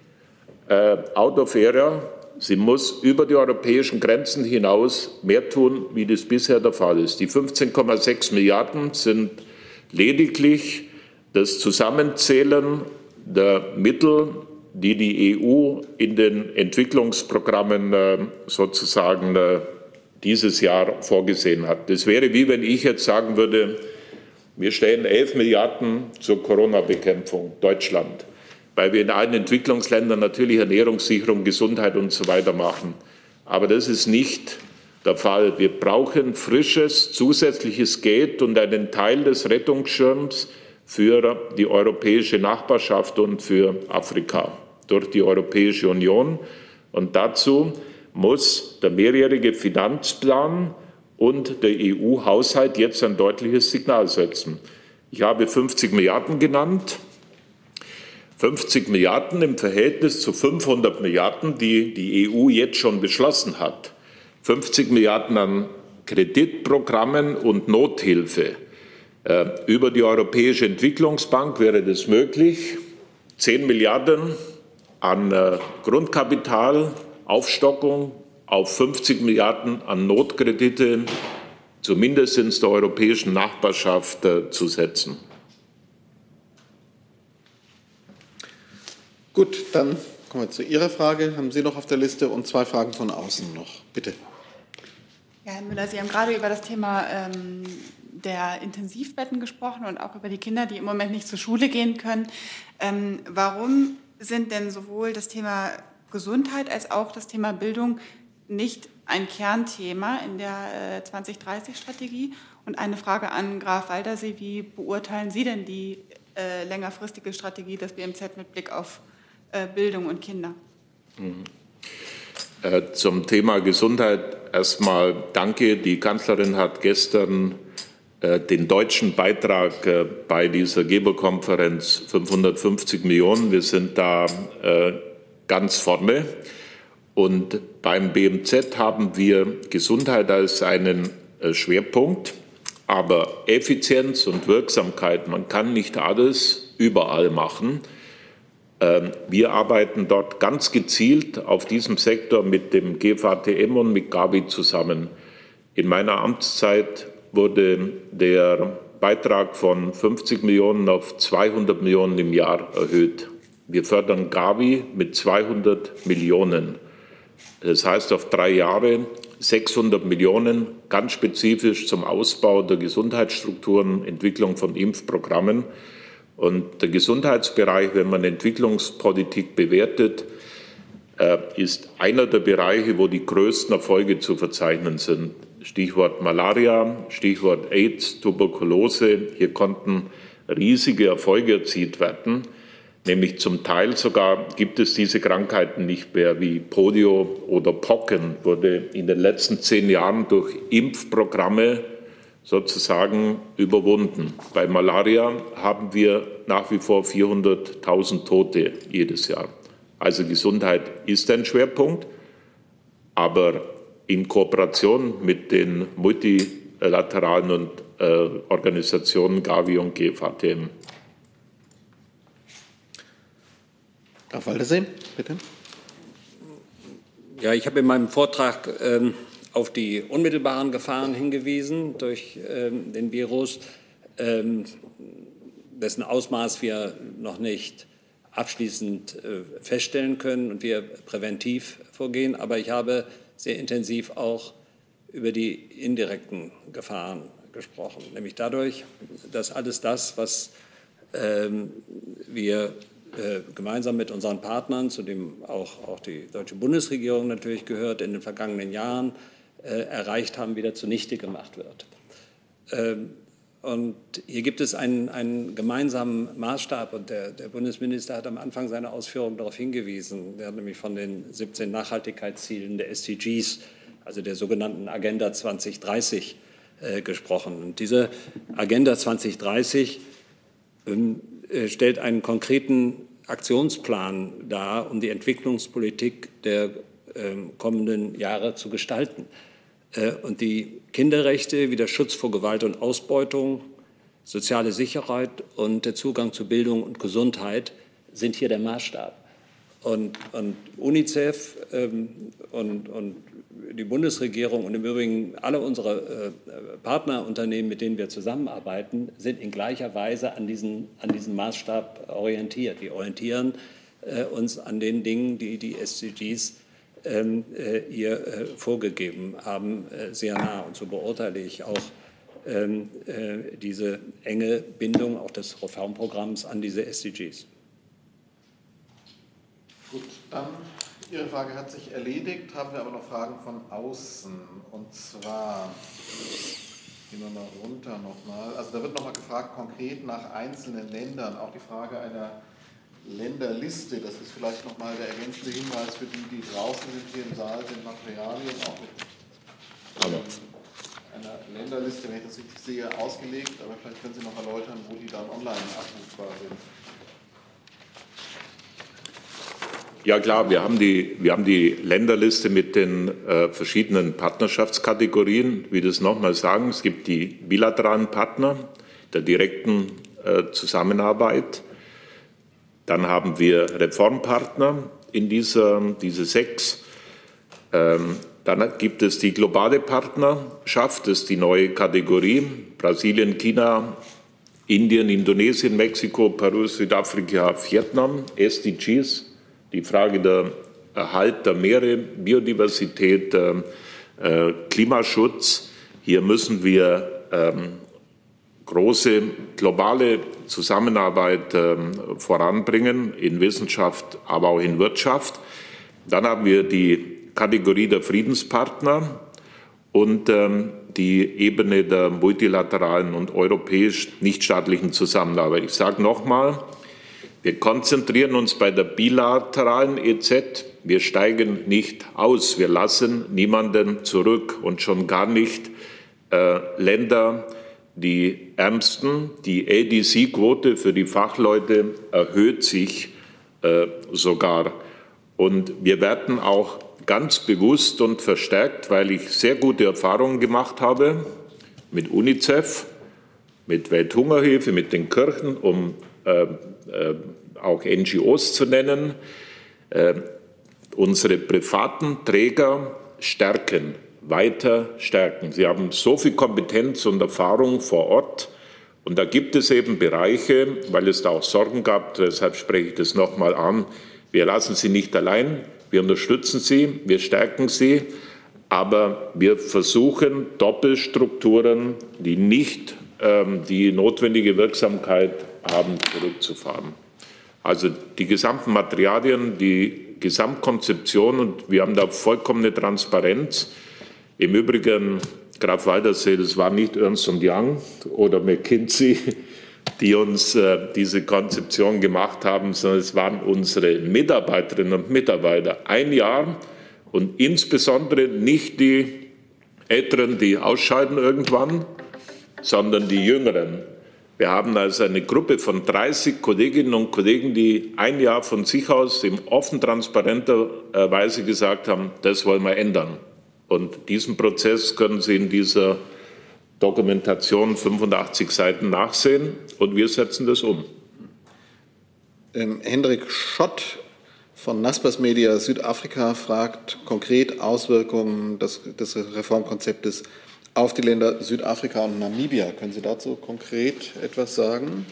out of area, sie muss über die europäischen Grenzen hinaus mehr tun, wie das bisher der Fall ist. Die 15,6 Milliarden sind lediglich das Zusammenzählen der Mittel, die die EU in den Entwicklungsprogrammen sozusagen dieses Jahr vorgesehen hat. Das wäre wie wenn ich jetzt sagen würde, wir stellen 11 Milliarden zur Corona-Bekämpfung Deutschland, weil wir in allen Entwicklungsländern natürlich Ernährungssicherung, Gesundheit und so weiter machen. Aber das ist nicht der Fall. Wir brauchen frisches, zusätzliches Geld und einen Teil des Rettungsschirms für die europäische Nachbarschaft und für Afrika durch die Europäische Union. Und dazu muss der mehrjährige Finanzplan und der EU-Haushalt jetzt ein deutliches Signal setzen. Ich habe 50 Milliarden genannt. 50 Milliarden im Verhältnis zu 500 Milliarden, die die EU jetzt schon beschlossen hat. 50 Milliarden an Kreditprogrammen und Nothilfe. Über die Europäische Entwicklungsbank wäre das möglich. 10 Milliarden an Grundkapital, Aufstockung auf 50 Milliarden an Notkredite, zumindest in der europäischen Nachbarschaft zu setzen. Gut, dann kommen wir zu Ihrer Frage. Haben Sie noch auf der Liste und 2 Fragen von außen noch. Bitte. Ja, Herr Müller, Sie haben gerade über das Thema der Intensivbetten gesprochen und auch über die Kinder, die im Moment nicht zur Schule gehen können. Warum sind denn sowohl das Thema Gesundheit als auch das Thema Bildung nicht ein Kernthema in der 2030-Strategie. Und eine Frage an Graf Waldersee: Wie beurteilen Sie denn die längerfristige Strategie des BMZ mit Blick auf Bildung und Kinder? Zum Thema Gesundheit erstmal danke. Die Kanzlerin hat gestern den deutschen Beitrag bei dieser Geberkonferenz 550 Millionen. Wir sind da ganz vorne. Und beim BMZ haben wir Gesundheit als einen Schwerpunkt, aber Effizienz und Wirksamkeit, man kann nicht alles überall machen. Wir arbeiten dort ganz gezielt auf diesem Sektor mit dem GVTM und mit Gavi zusammen. In meiner Amtszeit wurde der Beitrag von 50 Millionen auf 200 Millionen im Jahr erhöht. Wir fördern Gavi mit 200 Millionen. Das heißt, auf 3 Jahre 600 Millionen, ganz spezifisch zum Ausbau der Gesundheitsstrukturen, Entwicklung von Impfprogrammen. Und der Gesundheitsbereich, wenn man Entwicklungspolitik bewertet, ist einer der Bereiche, wo die größten Erfolge zu verzeichnen sind. Stichwort Malaria, Stichwort AIDS, Tuberkulose. Hier konnten riesige Erfolge erzielt werden. Nämlich zum Teil sogar gibt es diese Krankheiten nicht mehr, wie Polio oder Pocken, wurde in den letzten 10 Jahren durch Impfprogramme sozusagen überwunden. Bei Malaria haben wir nach wie vor 400.000 Tote jedes Jahr. Also Gesundheit ist ein Schwerpunkt, aber in Kooperation mit den multilateralen Organisationen Gavi und GVTM. Graf Waldersee, bitte. Ja, ich habe in meinem Vortrag auf die unmittelbaren Gefahren hingewiesen durch den Virus, dessen Ausmaß wir noch nicht abschließend feststellen können und wir präventiv vorgehen. Aber ich habe sehr intensiv auch über die indirekten Gefahren gesprochen, nämlich dadurch, dass alles das, was wir gemeinsam mit unseren Partnern, zu dem auch die deutsche Bundesregierung natürlich gehört, in den vergangenen Jahren erreicht haben, wieder zunichte gemacht wird. Und hier gibt es einen gemeinsamen Maßstab, und der Bundesminister hat am Anfang seiner Ausführungen darauf hingewiesen. Er hat nämlich von den 17 Nachhaltigkeitszielen der SDGs, also der sogenannten Agenda 2030, gesprochen. Und diese Agenda 2030 stellt einen konkreten Aktionsplan dar, um die Entwicklungspolitik der kommenden Jahre zu gestalten. Und die Kinderrechte wie der Schutz vor Gewalt und Ausbeutung, soziale Sicherheit und der Zugang zu Bildung und Gesundheit sind hier der Maßstab. Und UNICEF und die Bundesregierung und im Übrigen alle unsere Partnerunternehmen, mit denen wir zusammenarbeiten, sind in gleicher Weise an diesem Maßstab orientiert. Wir orientieren uns an den Dingen, die die SDGs ihr vorgegeben haben, sehr nah. Und so beurteile ich auch diese enge Bindung auch des Reformprogramms an diese SDGs. Gut, dann Ihre Frage hat sich erledigt, haben wir aber noch Fragen von außen. Und zwar, gehen wir mal runter nochmal. Also da wird nochmal gefragt, konkret nach einzelnen Ländern. Auch die Frage einer Länderliste, das ist vielleicht nochmal der ergänzende Hinweis für die draußen sind, hier im Saal sind Materialien auch mit einer Länderliste, wenn ich das richtig sehe, ausgelegt. Aber vielleicht können Sie noch erläutern, wo die dann online abrufbar sind. Ja klar, wir haben die Länderliste mit den verschiedenen Partnerschaftskategorien. Wie das nochmal sagen, es gibt die bilateralen Partner der direkten Zusammenarbeit. Dann haben wir Reformpartner in diese 6. Dann gibt es die globale Partnerschaft, das ist die neue Kategorie. Brasilien, China, Indien, Indonesien, Mexiko, Peru, Südafrika, Vietnam, SDGs. Die Frage der Erhalt der Meere, Biodiversität, Klimaschutz. Hier müssen wir große globale Zusammenarbeit voranbringen, in Wissenschaft, aber auch in Wirtschaft. Dann haben wir die Kategorie der Friedenspartner und die Ebene der multilateralen und europäisch nichtstaatlichen Zusammenarbeit. Ich sage nochmal, wir konzentrieren uns bei der bilateralen EZ. Wir steigen nicht aus. Wir lassen niemanden zurück und schon gar nicht Länder, die ärmsten. Die ADC-Quote für die Fachleute erhöht sich sogar. Und wir werden auch ganz bewusst und verstärkt, weil ich sehr gute Erfahrungen gemacht habe mit UNICEF, mit Welthungerhilfe, mit den Kirchen, um auch NGOs zu nennen, unsere privaten Träger stärken, weiter stärken. Sie haben so viel Kompetenz und Erfahrung vor Ort. Und da gibt es eben Bereiche, weil es da auch Sorgen gab, deshalb spreche ich das nochmal an. Wir lassen sie nicht allein, wir unterstützen sie, wir stärken sie, aber wir versuchen Doppelstrukturen, die nicht die notwendige Wirksamkeit haben, zurückzufahren. Also die gesamten Materialien, die Gesamtkonzeption, und wir haben da vollkommene Transparenz. Im Übrigen, Graf Waldersee, das war nicht Ernst & Young oder McKinsey, die uns diese Konzeption gemacht haben, sondern es waren unsere Mitarbeiterinnen und Mitarbeiter. Ein Jahr und insbesondere nicht die Älteren, die ausscheiden irgendwann, sondern die Jüngeren. Wir haben also eine Gruppe von 30 Kolleginnen und Kollegen, die ein Jahr von sich aus in offen transparenter Weise gesagt haben, das wollen wir ändern. Und diesen Prozess können Sie in dieser Dokumentation 85 Seiten nachsehen und wir setzen das um. Hendrik Schott von Naspers Media Südafrika fragt konkret Auswirkungen des Reformkonzeptes auf die Länder Südafrika und Namibia. Können Sie dazu konkret etwas sagen?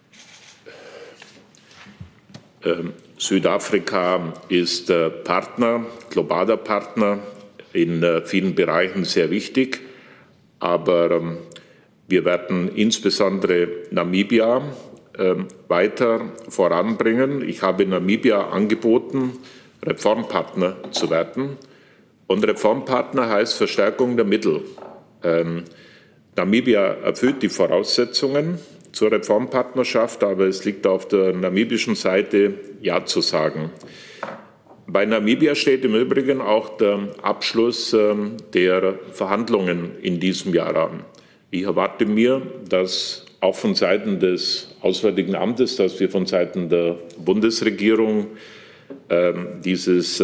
Südafrika ist Partner, globaler Partner, in vielen Bereichen sehr wichtig. Aber wir werden insbesondere Namibia weiter voranbringen. Ich habe Namibia angeboten, Reformpartner zu werden. Und Reformpartner heißt Verstärkung der Mittel. Namibia erfüllt die Voraussetzungen zur Reformpartnerschaft, aber es liegt auf der namibischen Seite, Ja zu sagen. Bei Namibia steht im Übrigen auch der Abschluss der Verhandlungen in diesem Jahr an. Ich erwarte mir, dass auch von Seiten des Auswärtigen Amtes, dass wir von Seiten der Bundesregierung dieses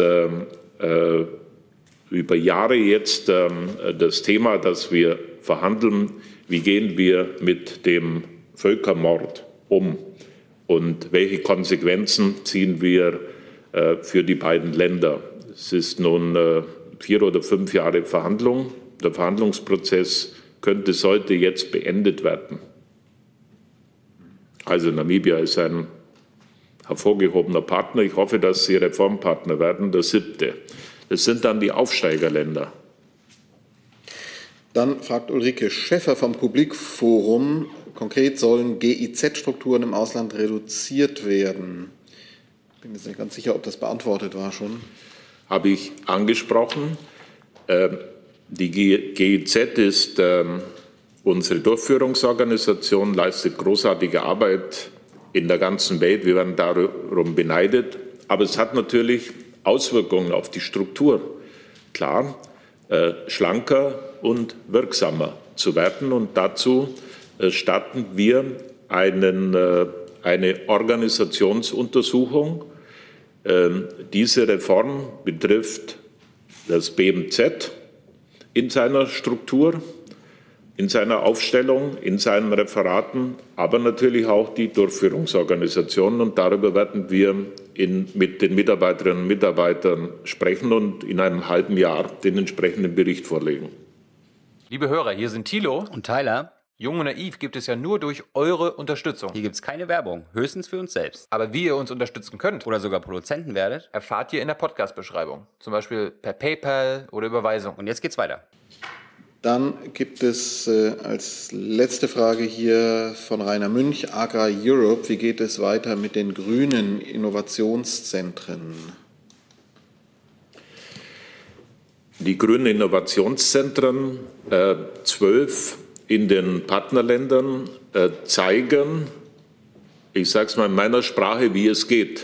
über Jahre jetzt das Thema, dass wir verhandeln, wie gehen wir mit dem Völkermord um und welche Konsequenzen ziehen wir für die beiden Länder. Es ist nun 4 oder 5 Jahre Verhandlung. Der Verhandlungsprozess sollte jetzt beendet werden. Also Namibia ist ein hervorgehobener Partner. Ich hoffe, dass sie Reformpartner werden, der 7. Das sind dann die Aufsteigerländer. Dann fragt Ulrike Schäffer vom Publikforum, konkret sollen GIZ-Strukturen im Ausland reduziert werden. Ich bin jetzt nicht ganz sicher, ob das beantwortet war schon. Habe ich angesprochen. Die GIZ ist unsere Durchführungsorganisation, leistet großartige Arbeit in der ganzen Welt. Wir werden darum beneidet. Aber es hat natürlich Auswirkungen auf die Struktur. Klar, schlanker und wirksamer zu werden. Und dazu starten wir eine Organisationsuntersuchung. Diese Reform betrifft das BMZ in seiner Struktur, in seiner Aufstellung, in seinen Referaten, aber natürlich auch die Durchführungsorganisationen. Und darüber werden wir mit den Mitarbeiterinnen und Mitarbeitern sprechen und in einem halben Jahr den entsprechenden Bericht vorlegen. Liebe Hörer, hier sind Thilo und Tyler. Jung und Naiv gibt es ja nur durch eure Unterstützung. Hier gibt es keine Werbung, höchstens für uns selbst. Aber wie ihr uns unterstützen könnt oder sogar Produzenten werdet, erfahrt ihr in der Podcast-Beschreibung. Zum Beispiel per PayPal oder Überweisung. Und jetzt geht's weiter. Dann gibt es als letzte Frage hier von Rainer Münch, Agrar Europe. Wie geht es weiter mit den grünen Innovationszentren? die grünen Innovationszentren, 12 in den Partnerländern, zeigen, ich sage es mal in meiner Sprache, wie es geht.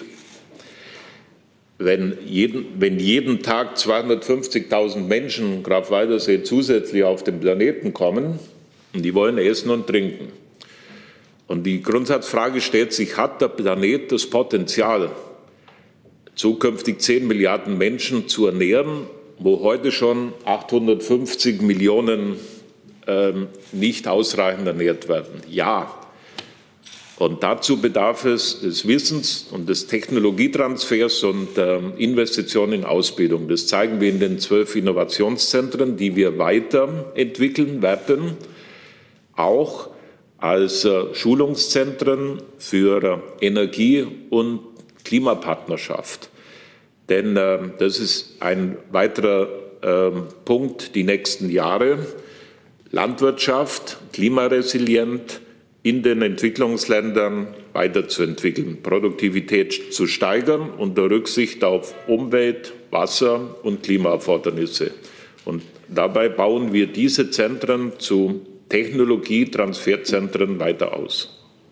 Wenn jeden Tag 250.000 Menschen Graf-Waldersee zusätzlich auf den Planeten kommen und die wollen essen und trinken. Und die Grundsatzfrage stellt sich, hat der Planet das Potenzial, zukünftig 10 Milliarden Menschen zu ernähren, wo heute schon 850 Millionen nicht ausreichend ernährt werden? Ja. Und dazu bedarf es des Wissens und des Technologietransfers und Investitionen in Ausbildung. Das zeigen wir in den 12 Innovationszentren, die wir weiterentwickeln werden, auch als Schulungszentren für Energie- und Klimapartnerschaft. Denn das ist ein weiterer Punkt die nächsten Jahre. Landwirtschaft, klimaresilient in den Entwicklungsländern weiterzuentwickeln, Produktivität zu steigern unter Rücksicht auf Umwelt-, Wasser- und Klimaerfordernisse. Und dabei bauen wir diese Zentren zu Technologietransferzentren weiter aus.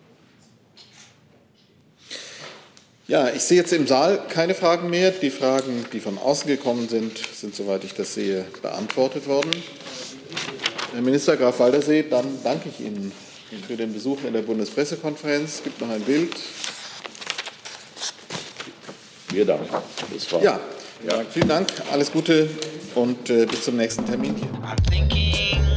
Ja, ich sehe jetzt im Saal keine Fragen mehr. Die Fragen, die von außen gekommen sind, soweit ich das sehe, beantwortet worden. Herr Minister Graf Waldersee, dann danke ich Ihnen für den Besuch in der Bundespressekonferenz. Es gibt noch ein Bild. Wir danken. Das war ja, vielen Dank, alles Gute und bis zum nächsten Termin hier.